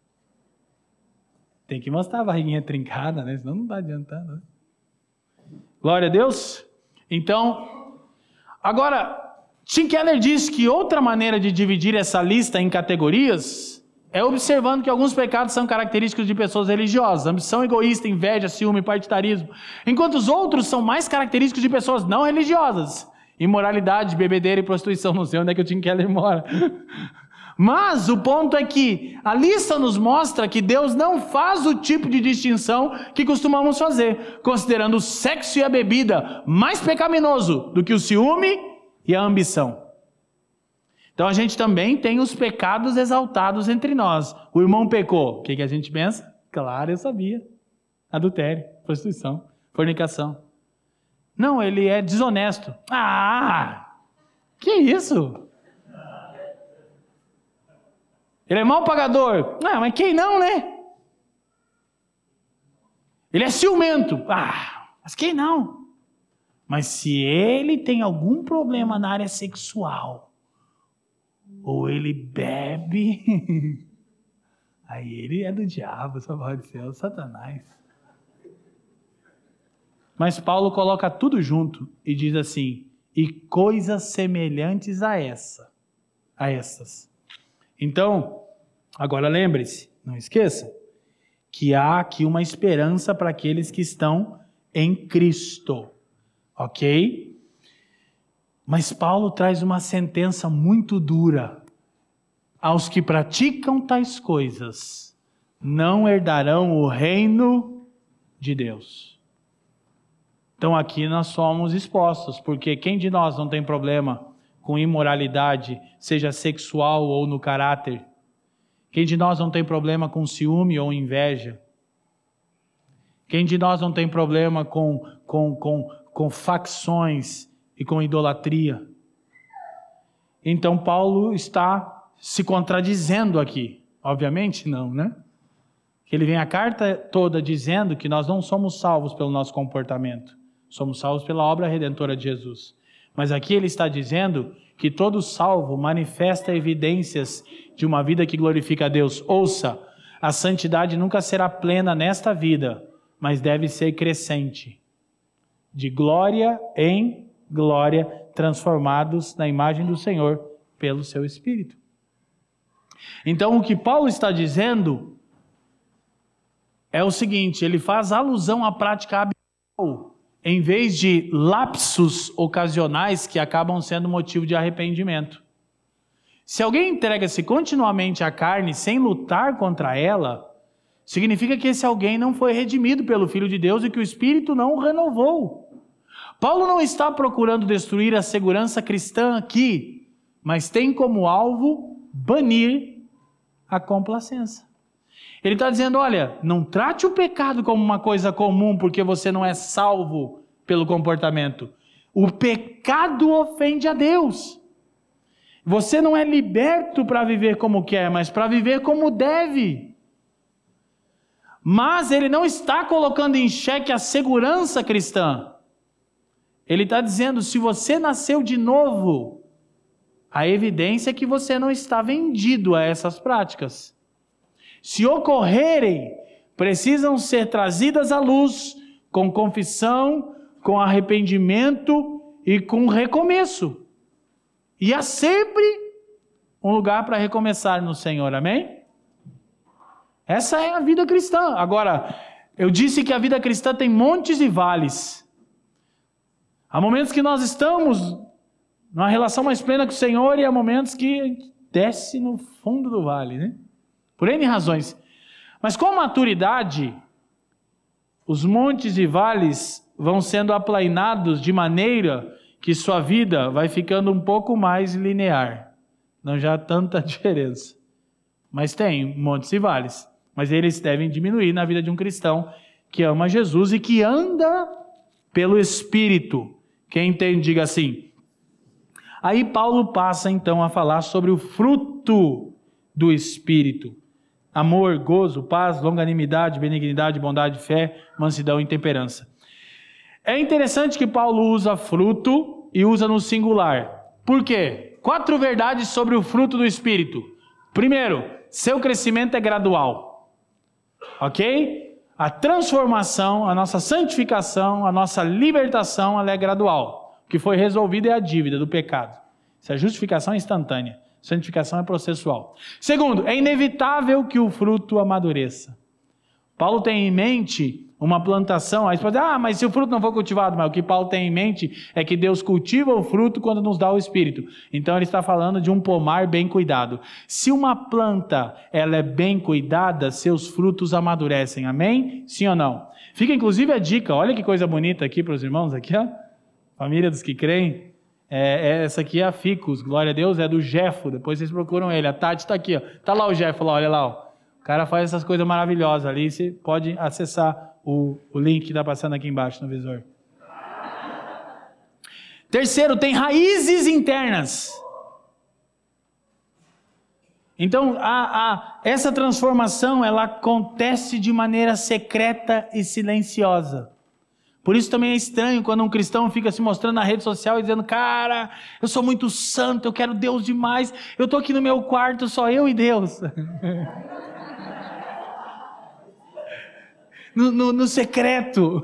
Tem que mostrar a barriguinha trincada, né? Senão não está adiantando. Né? Glória a Deus. Então, agora, Tim Keller diz que outra maneira de dividir essa lista em categorias é observando que alguns pecados são característicos de pessoas religiosas, ambição egoísta, inveja, ciúme, partidarismo, enquanto os outros são mais característicos de pessoas não religiosas, imoralidade, bebedeira e prostituição. Não sei onde é que o Tim Keller mora. Mas o ponto é que a lista nos mostra que Deus não faz o tipo de distinção que costumamos fazer, considerando o sexo e a bebida mais pecaminoso do que o ciúme e a ambição. Então a gente também tem os pecados exaltados entre nós. O irmão pecou. O que a gente pensa? Claro, eu sabia. Adultério, prostituição, fornicação. Não, ele é desonesto. Ah, que isso? Ele é mau pagador. Ah, mas quem não, né? Ele é ciumento. Ah, mas quem não? Mas se ele tem algum problema na área sexual, ou ele bebe, aí ele é do diabo, só pode ser o Satanás. Mas Paulo coloca tudo junto e diz assim, e coisas semelhantes a essas. Então, agora lembre-se, não esqueça, que há aqui uma esperança para aqueles que estão em Cristo, ok? Mas Paulo traz uma sentença muito dura. Aos que praticam tais coisas, não herdarão o reino de Deus. Então aqui nós somos expostos, porque quem de nós não tem problema com imoralidade, seja sexual ou no caráter? Quem de nós não tem problema com ciúme ou inveja? Quem de nós não tem problema com facções e com idolatria? Então Paulo está se contradizendo aqui. Obviamente não, né? Ele vem a carta toda dizendo que nós não somos salvos pelo nosso comportamento. Somos salvos pela obra redentora de Jesus. Mas aqui ele está dizendo que todo salvo manifesta evidências de uma vida que glorifica a Deus. Ouça, a santidade nunca será plena nesta vida, mas deve ser crescente. De glória em glória, transformados na imagem do Senhor pelo seu Espírito. Então o que Paulo está dizendo é o seguinte, ele faz alusão à prática habitual, em vez de lapsos ocasionais que acabam sendo motivo de arrependimento. Se alguém entrega-se continuamente à carne sem lutar contra ela, significa que esse alguém não foi redimido pelo Filho de Deus e que o Espírito não o renovou. Paulo não está procurando destruir a segurança cristã aqui, mas tem como alvo banir a complacência. Ele está dizendo, olha, não trate o pecado como uma coisa comum porque você não é salvo pelo comportamento. O pecado ofende a Deus. Você não é liberto para viver como quer, mas para viver como deve. Mas ele não está colocando em xeque a segurança cristã. Ele está dizendo, se você nasceu de novo, a evidência é que você não está vendido a essas práticas. Se ocorrerem, precisam ser trazidas à luz com confissão, com arrependimento e com recomeço. E há sempre um lugar para recomeçar no Senhor, amém? Essa é a vida cristã. Agora, eu disse que a vida cristã tem montes e vales. Há momentos que nós estamos numa relação mais plena com o Senhor e há momentos que desce no fundo do vale, né? Por N razões. Mas com a maturidade, os montes e vales vão sendo aplainados de maneira que sua vida vai ficando um pouco mais linear. Não já há tanta diferença. Mas tem montes e vales. Mas eles devem diminuir na vida de um cristão que ama Jesus e que anda pelo Espírito. Quem entende, diga assim. Aí Paulo passa então a falar sobre o fruto do Espírito. Amor, gozo, paz, longanimidade, benignidade, bondade, fé, mansidão e temperança. É interessante que Paulo usa fruto e usa no singular. Por quê? 4 verdades sobre o fruto do Espírito. Primeiro, seu crescimento é gradual. Ok? A transformação, a nossa santificação, a nossa libertação, ela é gradual. O que foi resolvido é a dívida do pecado. Se a justificação é instantânea. Santificação é processual. Segundo, é inevitável que o fruto amadureça. Paulo tem em mente uma plantação, aí você pode dizer, mas se o fruto não for cultivado, mas o que Paulo tem em mente é que Deus cultiva o fruto quando nos dá o Espírito. Então ele está falando de um pomar bem cuidado. Se uma planta ela é bem cuidada, seus frutos amadurecem, amém? Sim ou não? Fica inclusive a dica, olha que coisa bonita aqui para os irmãos, aqui ó, família dos que creem. Essa aqui é a Ficus, glória a Deus, é do Jefo, depois vocês procuram ele, a Tati está aqui, ó. Tá lá o Jefo, lá, olha lá, ó. O cara faz essas coisas maravilhosas ali, você pode acessar o link que está passando aqui embaixo no visor. Terceiro, tem raízes internas. Então, essa transformação, ela acontece de maneira secreta e silenciosa. Por isso também é estranho quando um cristão fica se mostrando na rede social e dizendo, cara, eu sou muito santo, eu quero Deus demais, eu estou aqui no meu quarto, só eu e Deus. no secreto.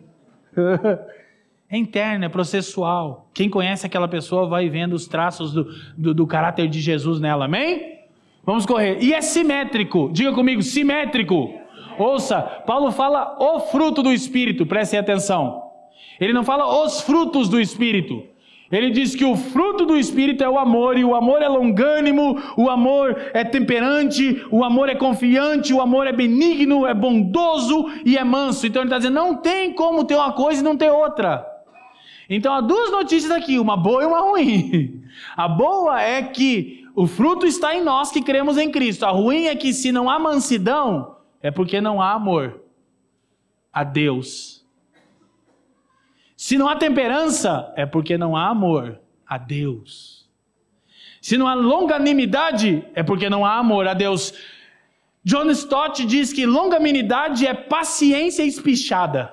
É interno, é processual. Quem conhece aquela pessoa vai vendo os traços do caráter de Jesus nela, amém? Vamos correr. E é simétrico, diga comigo, simétrico. Ouça, Paulo fala o fruto do Espírito, prestem atenção. Ele não fala os frutos do Espírito. Ele diz que o fruto do Espírito é o amor, e o amor é longânimo, o amor é temperante, o amor é confiante, o amor é benigno, é bondoso e é manso. Então ele está dizendo, não tem como ter uma coisa e não ter outra. Então há 2 notícias aqui, uma boa e uma ruim. A boa é que o fruto está em nós que cremos em Cristo. A ruim é que se não há mansidão, é porque não há amor. a Deus. Se não há temperança, é porque não há amor a Deus. Se não há longanimidade, é porque não há amor a Deus. John Stott diz que longanimidade é paciência espichada.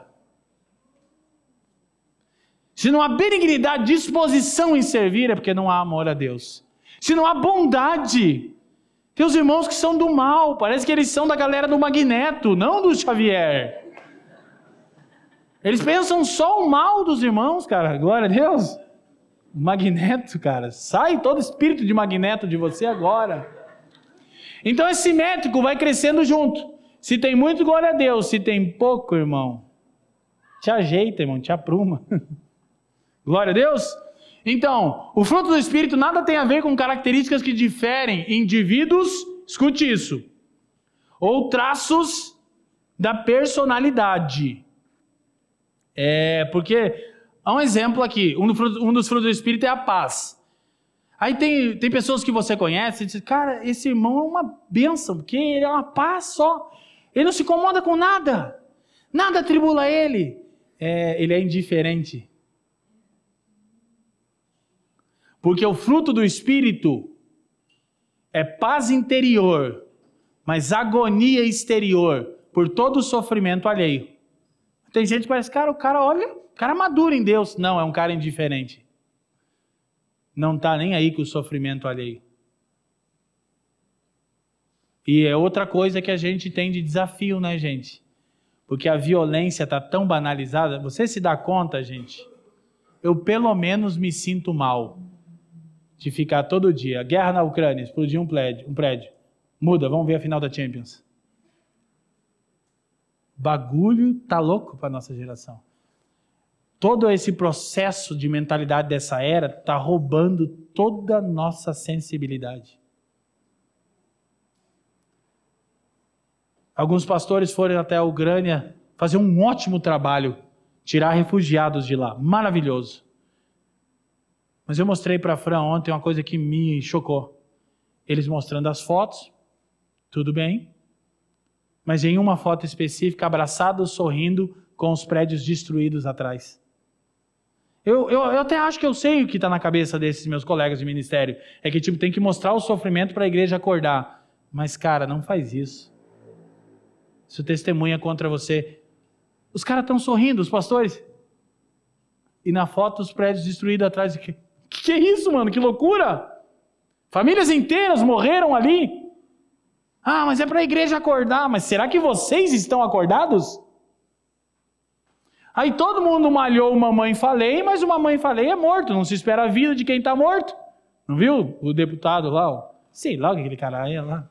Se não há benignidade, disposição em servir, é porque não há amor a Deus. Se não há bondade, tem os irmãos que são do mal, parece que eles são da galera do Magneto, não do Xavier. Eles pensam só o mal dos irmãos, cara, glória a Deus. Magneto, cara, sai todo espírito de Magneto de você agora. Então é simétrico, vai crescendo junto. Se tem muito, glória a Deus. Se tem pouco, irmão, te ajeita, irmão, te apruma. Glória a Deus. Então, o fruto do Espírito nada tem a ver com características que diferem indivíduos, escute isso, ou traços da personalidade. Porque, há um exemplo aqui, um dos frutos do Espírito é a paz. Aí tem pessoas que você conhece e diz, cara, esse irmão é uma bênção, porque ele é uma paz só. Ele não se incomoda com nada. Nada atribula ele. Ele é indiferente. Porque o fruto do Espírito é paz interior, mas agonia exterior, por todo o sofrimento alheio. Tem gente que parece, cara, o cara maduro em Deus. Não, é um cara indiferente. Não está nem aí com o sofrimento alheio. E é outra coisa que a gente tem de desafio, né, gente? Porque a violência está tão banalizada. Você se dá conta, gente? Eu pelo menos me sinto mal de ficar todo dia. Guerra na Ucrânia, explodiu um prédio. Muda, vamos ver a final da Champions. Bagulho tá louco para nossa geração. Todo esse processo de mentalidade dessa era tá roubando toda a nossa sensibilidade. Alguns pastores foram até a Ucrânia fazer um ótimo trabalho, tirar refugiados de lá. Maravilhoso. Mas eu mostrei para a Fran ontem uma coisa que me chocou. Eles mostrando as fotos, tudo bem, mas em uma foto específica, abraçados, sorrindo, com os prédios destruídos atrás. Eu até acho que eu sei o que está na cabeça desses meus colegas de ministério. É que tem que mostrar o sofrimento para a igreja acordar. Mas, cara, não faz isso. Isso testemunha contra você. Os caras estão sorrindo, os pastores. E na foto os prédios destruídos atrás. Que é isso, mano? Que loucura! Famílias inteiras morreram ali. Mas é para a igreja acordar. Mas será que vocês estão acordados? Aí todo mundo malhou o mamãe falei, mas o mamãe falei é morto. Não se espera a vida de quem está morto. Não viu? O deputado lá, sei lá o que aquele cara é lá.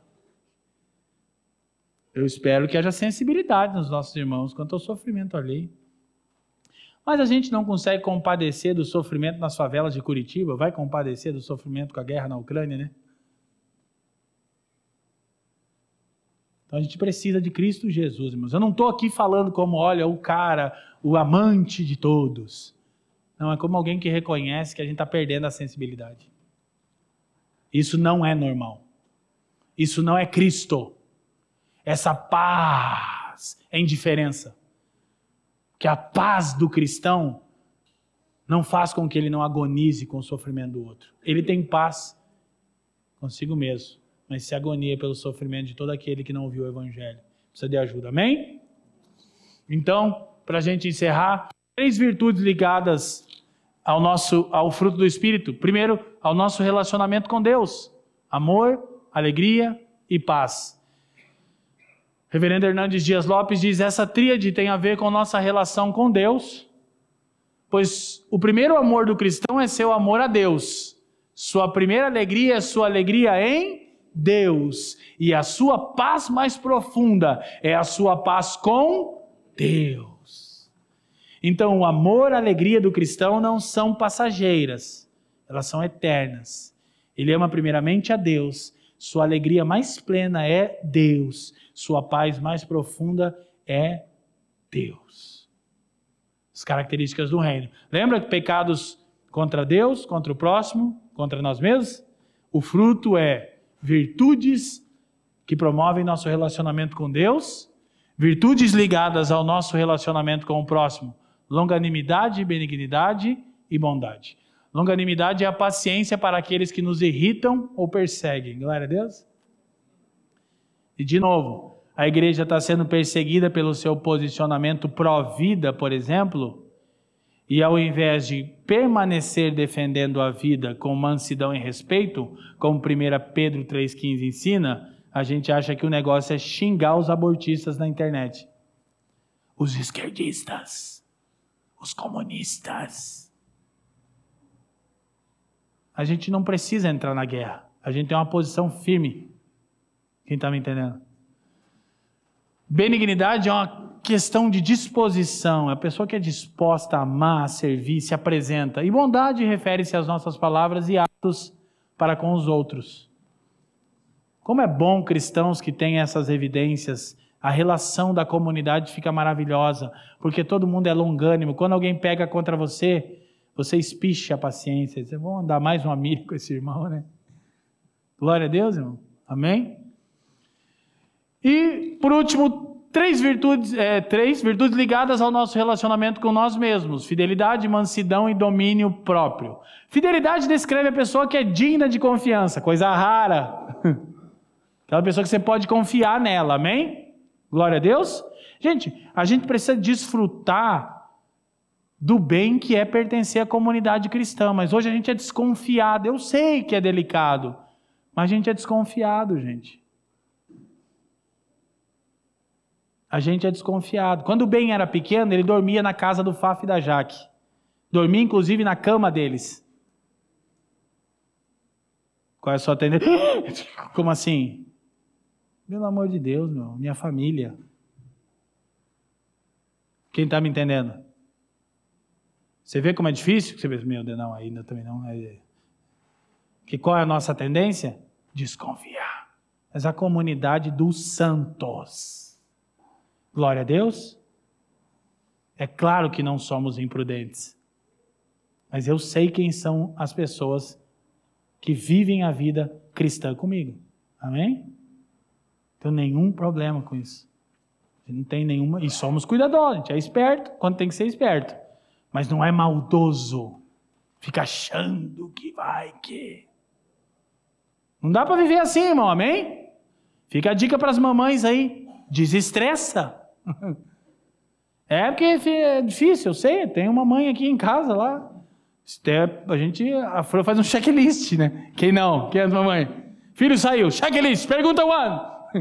Eu espero que haja sensibilidade nos nossos irmãos quanto ao sofrimento alheio. Mas a gente não consegue compadecer do sofrimento nas favelas de Curitiba, vai compadecer do sofrimento com a guerra na Ucrânia, né? Então a gente precisa de Cristo Jesus, irmãos. Eu não estou aqui falando como, olha, o cara, o amante de todos. Não, é como alguém que reconhece que a gente está perdendo a sensibilidade. Isso não é normal. Isso não é Cristo. Essa paz é indiferença. Que a paz do cristão não faz com que ele não agonize com o sofrimento do outro. Ele tem paz consigo mesmo, mas se agonia pelo sofrimento de todo aquele que não ouviu o evangelho. Precisa de ajuda, amém? Então, para a gente encerrar, 3 virtudes ligadas ao fruto do Espírito. Primeiro, ao nosso relacionamento com Deus. Amor, alegria e paz. Reverendo Hernandes Dias Lopes diz, essa tríade tem a ver com nossa relação com Deus, pois o primeiro amor do cristão é seu amor a Deus. Sua primeira alegria é sua alegria em Deus. E a sua paz mais profunda é a sua paz com Deus. Então o amor e a alegria do cristão não são passageiras, elas são eternas. Ele ama primeiramente a Deus, sua alegria mais plena é Deus. Sua paz mais profunda é Deus. As características do reino. Lembra que pecados contra Deus, contra o próximo, contra nós mesmos? O fruto é virtudes que promovem nosso relacionamento com Deus, Virtudes ligadas ao nosso relacionamento com o próximo: longanimidade, benignidade e bondade. Longanimidade é a paciência para aqueles que nos irritam ou perseguem. Glória a Deus. E de novo, a igreja está sendo perseguida pelo seu posicionamento pró-vida, por exemplo, e ao invés de permanecer defendendo a vida com mansidão e respeito, como 1 Pedro 3,15 ensina, a gente acha que o negócio é xingar os abortistas na internet. Os esquerdistas, os comunistas. A gente não precisa entrar na guerra. A gente tem uma posição firme. Quem está me entendendo? Benignidade é uma questão de disposição. É a pessoa que é disposta a amar, a servir, se apresenta. E bondade refere-se às nossas palavras e atos para com os outros. Como é bom cristãos que têm essas evidências. A relação da comunidade fica maravilhosa, porque todo mundo é longânimo. Quando alguém pega contra você, você espicha a paciência. Você vai andar mais uma milha com esse irmão, né? Glória a Deus, irmão. Amém? E, por último, três virtudes ligadas ao nosso relacionamento com nós mesmos: fidelidade, mansidão e domínio próprio. Fidelidade descreve a pessoa que é digna de confiança, coisa rara. Aquela pessoa que você pode confiar nela, amém? Glória a Deus. Gente, a gente precisa desfrutar do bem que é pertencer à comunidade cristã, mas hoje a gente é desconfiado. Eu sei que é delicado, mas a gente é desconfiado, gente. A gente é desconfiado. Quando o Ben era pequeno, ele dormia na casa do Faf e da Jaque. Dormia, inclusive, na cama deles. Qual é a sua tendência? Como assim? Pelo amor de Deus, minha família. Quem está me entendendo? Você vê como é difícil? Você vê, meu Deus, não, ainda também não. Qual é a nossa tendência? Desconfiar. Mas a comunidade dos santos. Glória a Deus. É claro que não somos imprudentes. Mas eu sei quem são as pessoas que vivem a vida cristã comigo. Amém? Não tenho nenhum problema com isso. Não tem nenhuma. E somos cuidadosos, a gente é esperto quando tem que ser esperto. Mas não é maldoso. Fica achando que vai que. Não dá para viver assim, irmão, amém? Fica a dica para as mamães aí. Desestressa. É porque é difícil, eu sei. Tem uma mãe aqui em casa lá. A Fran faz um checklist, né? Quem não? Quem é a mamãe? Filho saiu, checklist, pergunta one.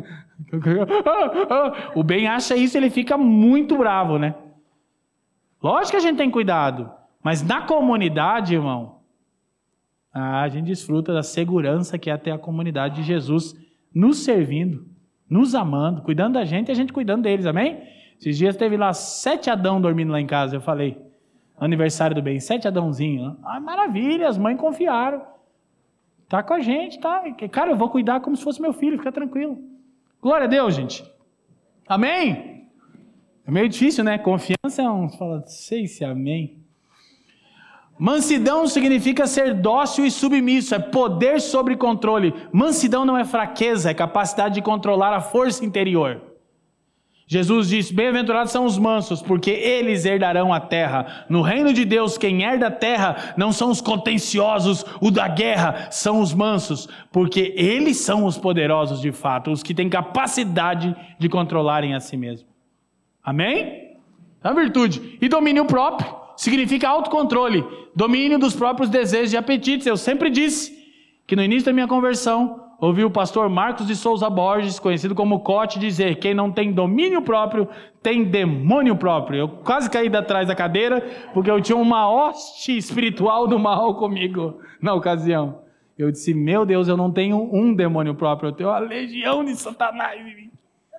O Ben acha isso, ele fica muito bravo, né? Lógico que a gente tem cuidado, mas na comunidade, irmão, a gente desfruta da segurança que é ter a comunidade de Jesus nos servindo, nos amando, cuidando da gente e a gente cuidando deles, amém? Esses dias teve lá 7 Adão dormindo lá em casa, eu falei, aniversário do bem, 7 Adãozinhos. Ah, maravilha, as mães confiaram. Tá com a gente, tá? Cara, eu vou cuidar como se fosse meu filho, fica tranquilo. Glória a Deus, gente. Amém? É meio difícil, né? Confiança é um... Fala, sei se amém. Mansidão significa ser dócil e submisso, é poder sobre controle. Mansidão não é fraqueza, é capacidade de controlar a força interior. Jesus disse, bem-aventurados são os mansos, porque eles herdarão a terra. No reino de Deus, quem herda a terra não são os contenciosos, o da guerra, são os mansos, porque eles são os poderosos de fato, os que têm capacidade de controlarem a si mesmo. Amém? A virtude. E domínio próprio significa autocontrole, domínio dos próprios desejos e apetites. Eu sempre disse que no início da minha conversão, ouvi o pastor Marcos de Souza Borges, conhecido como Cote, dizer, quem não tem domínio próprio, tem demônio próprio. Eu quase caí de trás da cadeira, porque eu tinha uma hoste espiritual do mal comigo na ocasião. Eu disse, meu Deus, eu não tenho um demônio próprio, eu tenho uma legião de Satanás em mim.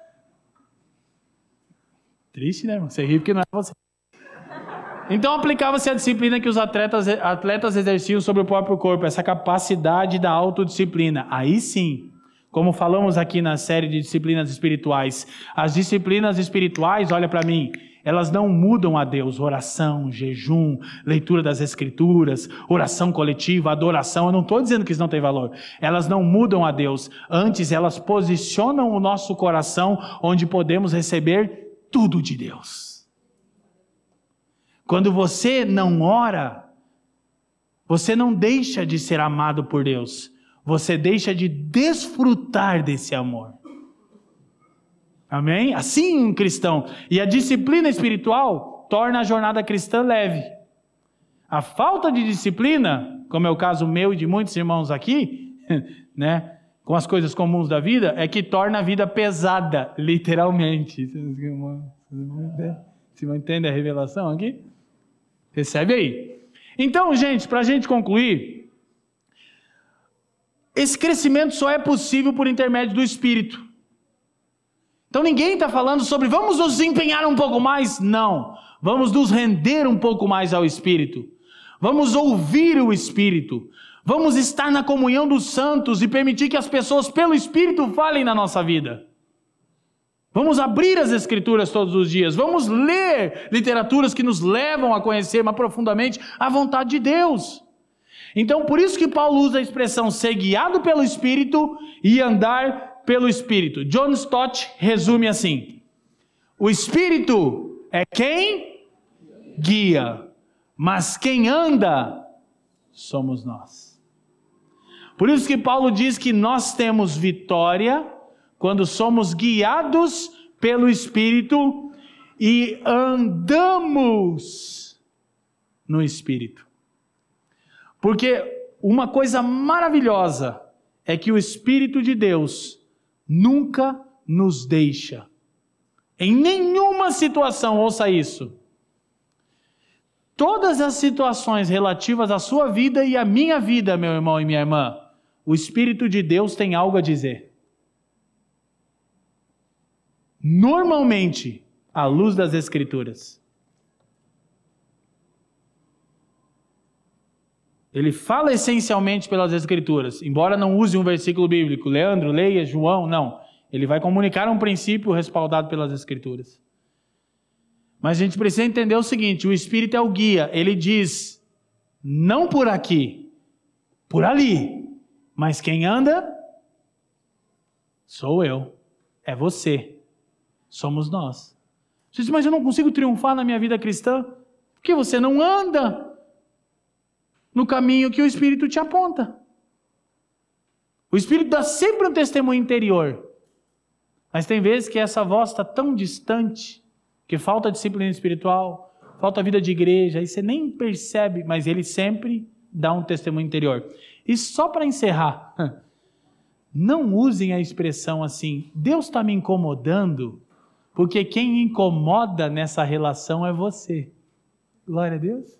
Triste, né, irmão? Você ri porque não é você. Então aplicava-se a disciplina que os atletas exerciam sobre o próprio corpo, essa capacidade da autodisciplina. Aí sim, Como falamos aqui na série de disciplinas espirituais, as disciplinas espirituais, olha para mim, elas não mudam a Deus. Oração, jejum, leitura das Escrituras, oração coletiva, adoração. Eu não estou dizendo que isso não tem valor. Elas não mudam a Deus. Antes, elas posicionam o nosso coração onde podemos receber tudo de Deus. Quando você não ora, você não deixa de ser amado por Deus. Você deixa de desfrutar desse amor. Amém? Assim um cristão. E a disciplina espiritual torna a jornada cristã leve. A falta de disciplina, como é o caso meu e de muitos irmãos aqui, né, com as coisas comuns da vida, é que torna a vida pesada, literalmente. Você entende a revelação aqui? Recebe aí. Então, gente, para a gente concluir, esse crescimento só é possível por intermédio do Espírito. Então ninguém está falando sobre vamos nos empenhar um pouco mais. Não, vamos nos render um pouco mais ao Espírito. Vamos ouvir o Espírito. Vamos estar na comunhão dos santos e permitir que as pessoas pelo Espírito falem na nossa vida. Vamos abrir as Escrituras todos os dias. Vamos ler literaturas que nos levam a conhecer mais profundamente a vontade de Deus. Então por isso que Paulo usa a expressão ser guiado pelo Espírito e andar pelo Espírito. John Stott resume assim: o Espírito é quem guia, mas quem anda somos nós. Por isso que Paulo diz que nós temos vitória quando somos guiados pelo Espírito e andamos no Espírito. Porque uma coisa maravilhosa é que o Espírito de Deus nunca nos deixa. Em nenhuma situação, ouça isso. Todas as situações relativas à sua vida e à minha vida, meu irmão e minha irmã, o Espírito de Deus tem algo a dizer. Normalmente, à luz das Escrituras. Ele fala essencialmente pelas Escrituras, embora não use um versículo bíblico. Leandro, leia, João, não. Ele vai comunicar um princípio respaldado pelas Escrituras. Mas a gente precisa entender o seguinte: o Espírito é o guia. Ele diz, não por aqui, por ali. Mas quem anda, sou eu, é você, somos nós. Você diz, mas eu não consigo triunfar na minha vida cristã. Por que você não anda no caminho que o Espírito te aponta? O Espírito dá sempre um testemunho interior. Mas tem vezes que essa voz está tão distante, que falta disciplina espiritual, falta vida de igreja, aí você nem percebe, mas ele sempre dá um testemunho interior. E só para encerrar, não usem a expressão assim, Deus está me incomodando, porque quem incomoda nessa relação é você. Glória a Deus.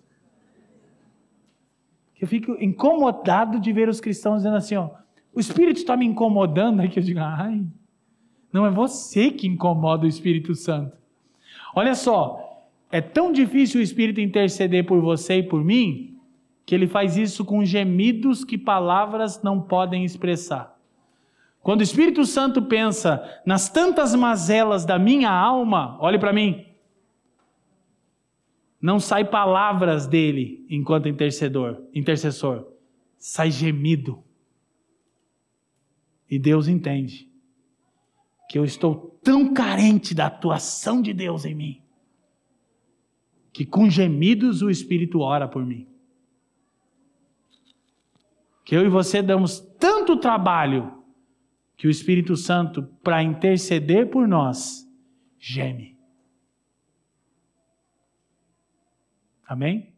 Eu fico incomodado de ver os cristãos dizendo assim, ó, o Espírito está me incomodando, aí que eu digo, ai, não é você que incomoda o Espírito Santo. Olha só, é tão difícil o Espírito interceder por você e por mim, que ele faz isso com gemidos que palavras não podem expressar. Quando o Espírito Santo pensa nas tantas mazelas da minha alma, olhe para mim, não sai palavras dele enquanto intercessor, sai gemido. E Deus entende que eu estou tão carente da atuação de Deus em mim, que com gemidos o Espírito ora por mim. Que eu e você damos tanto trabalho, que o Espírito Santo, para interceder por nós, geme. Amém?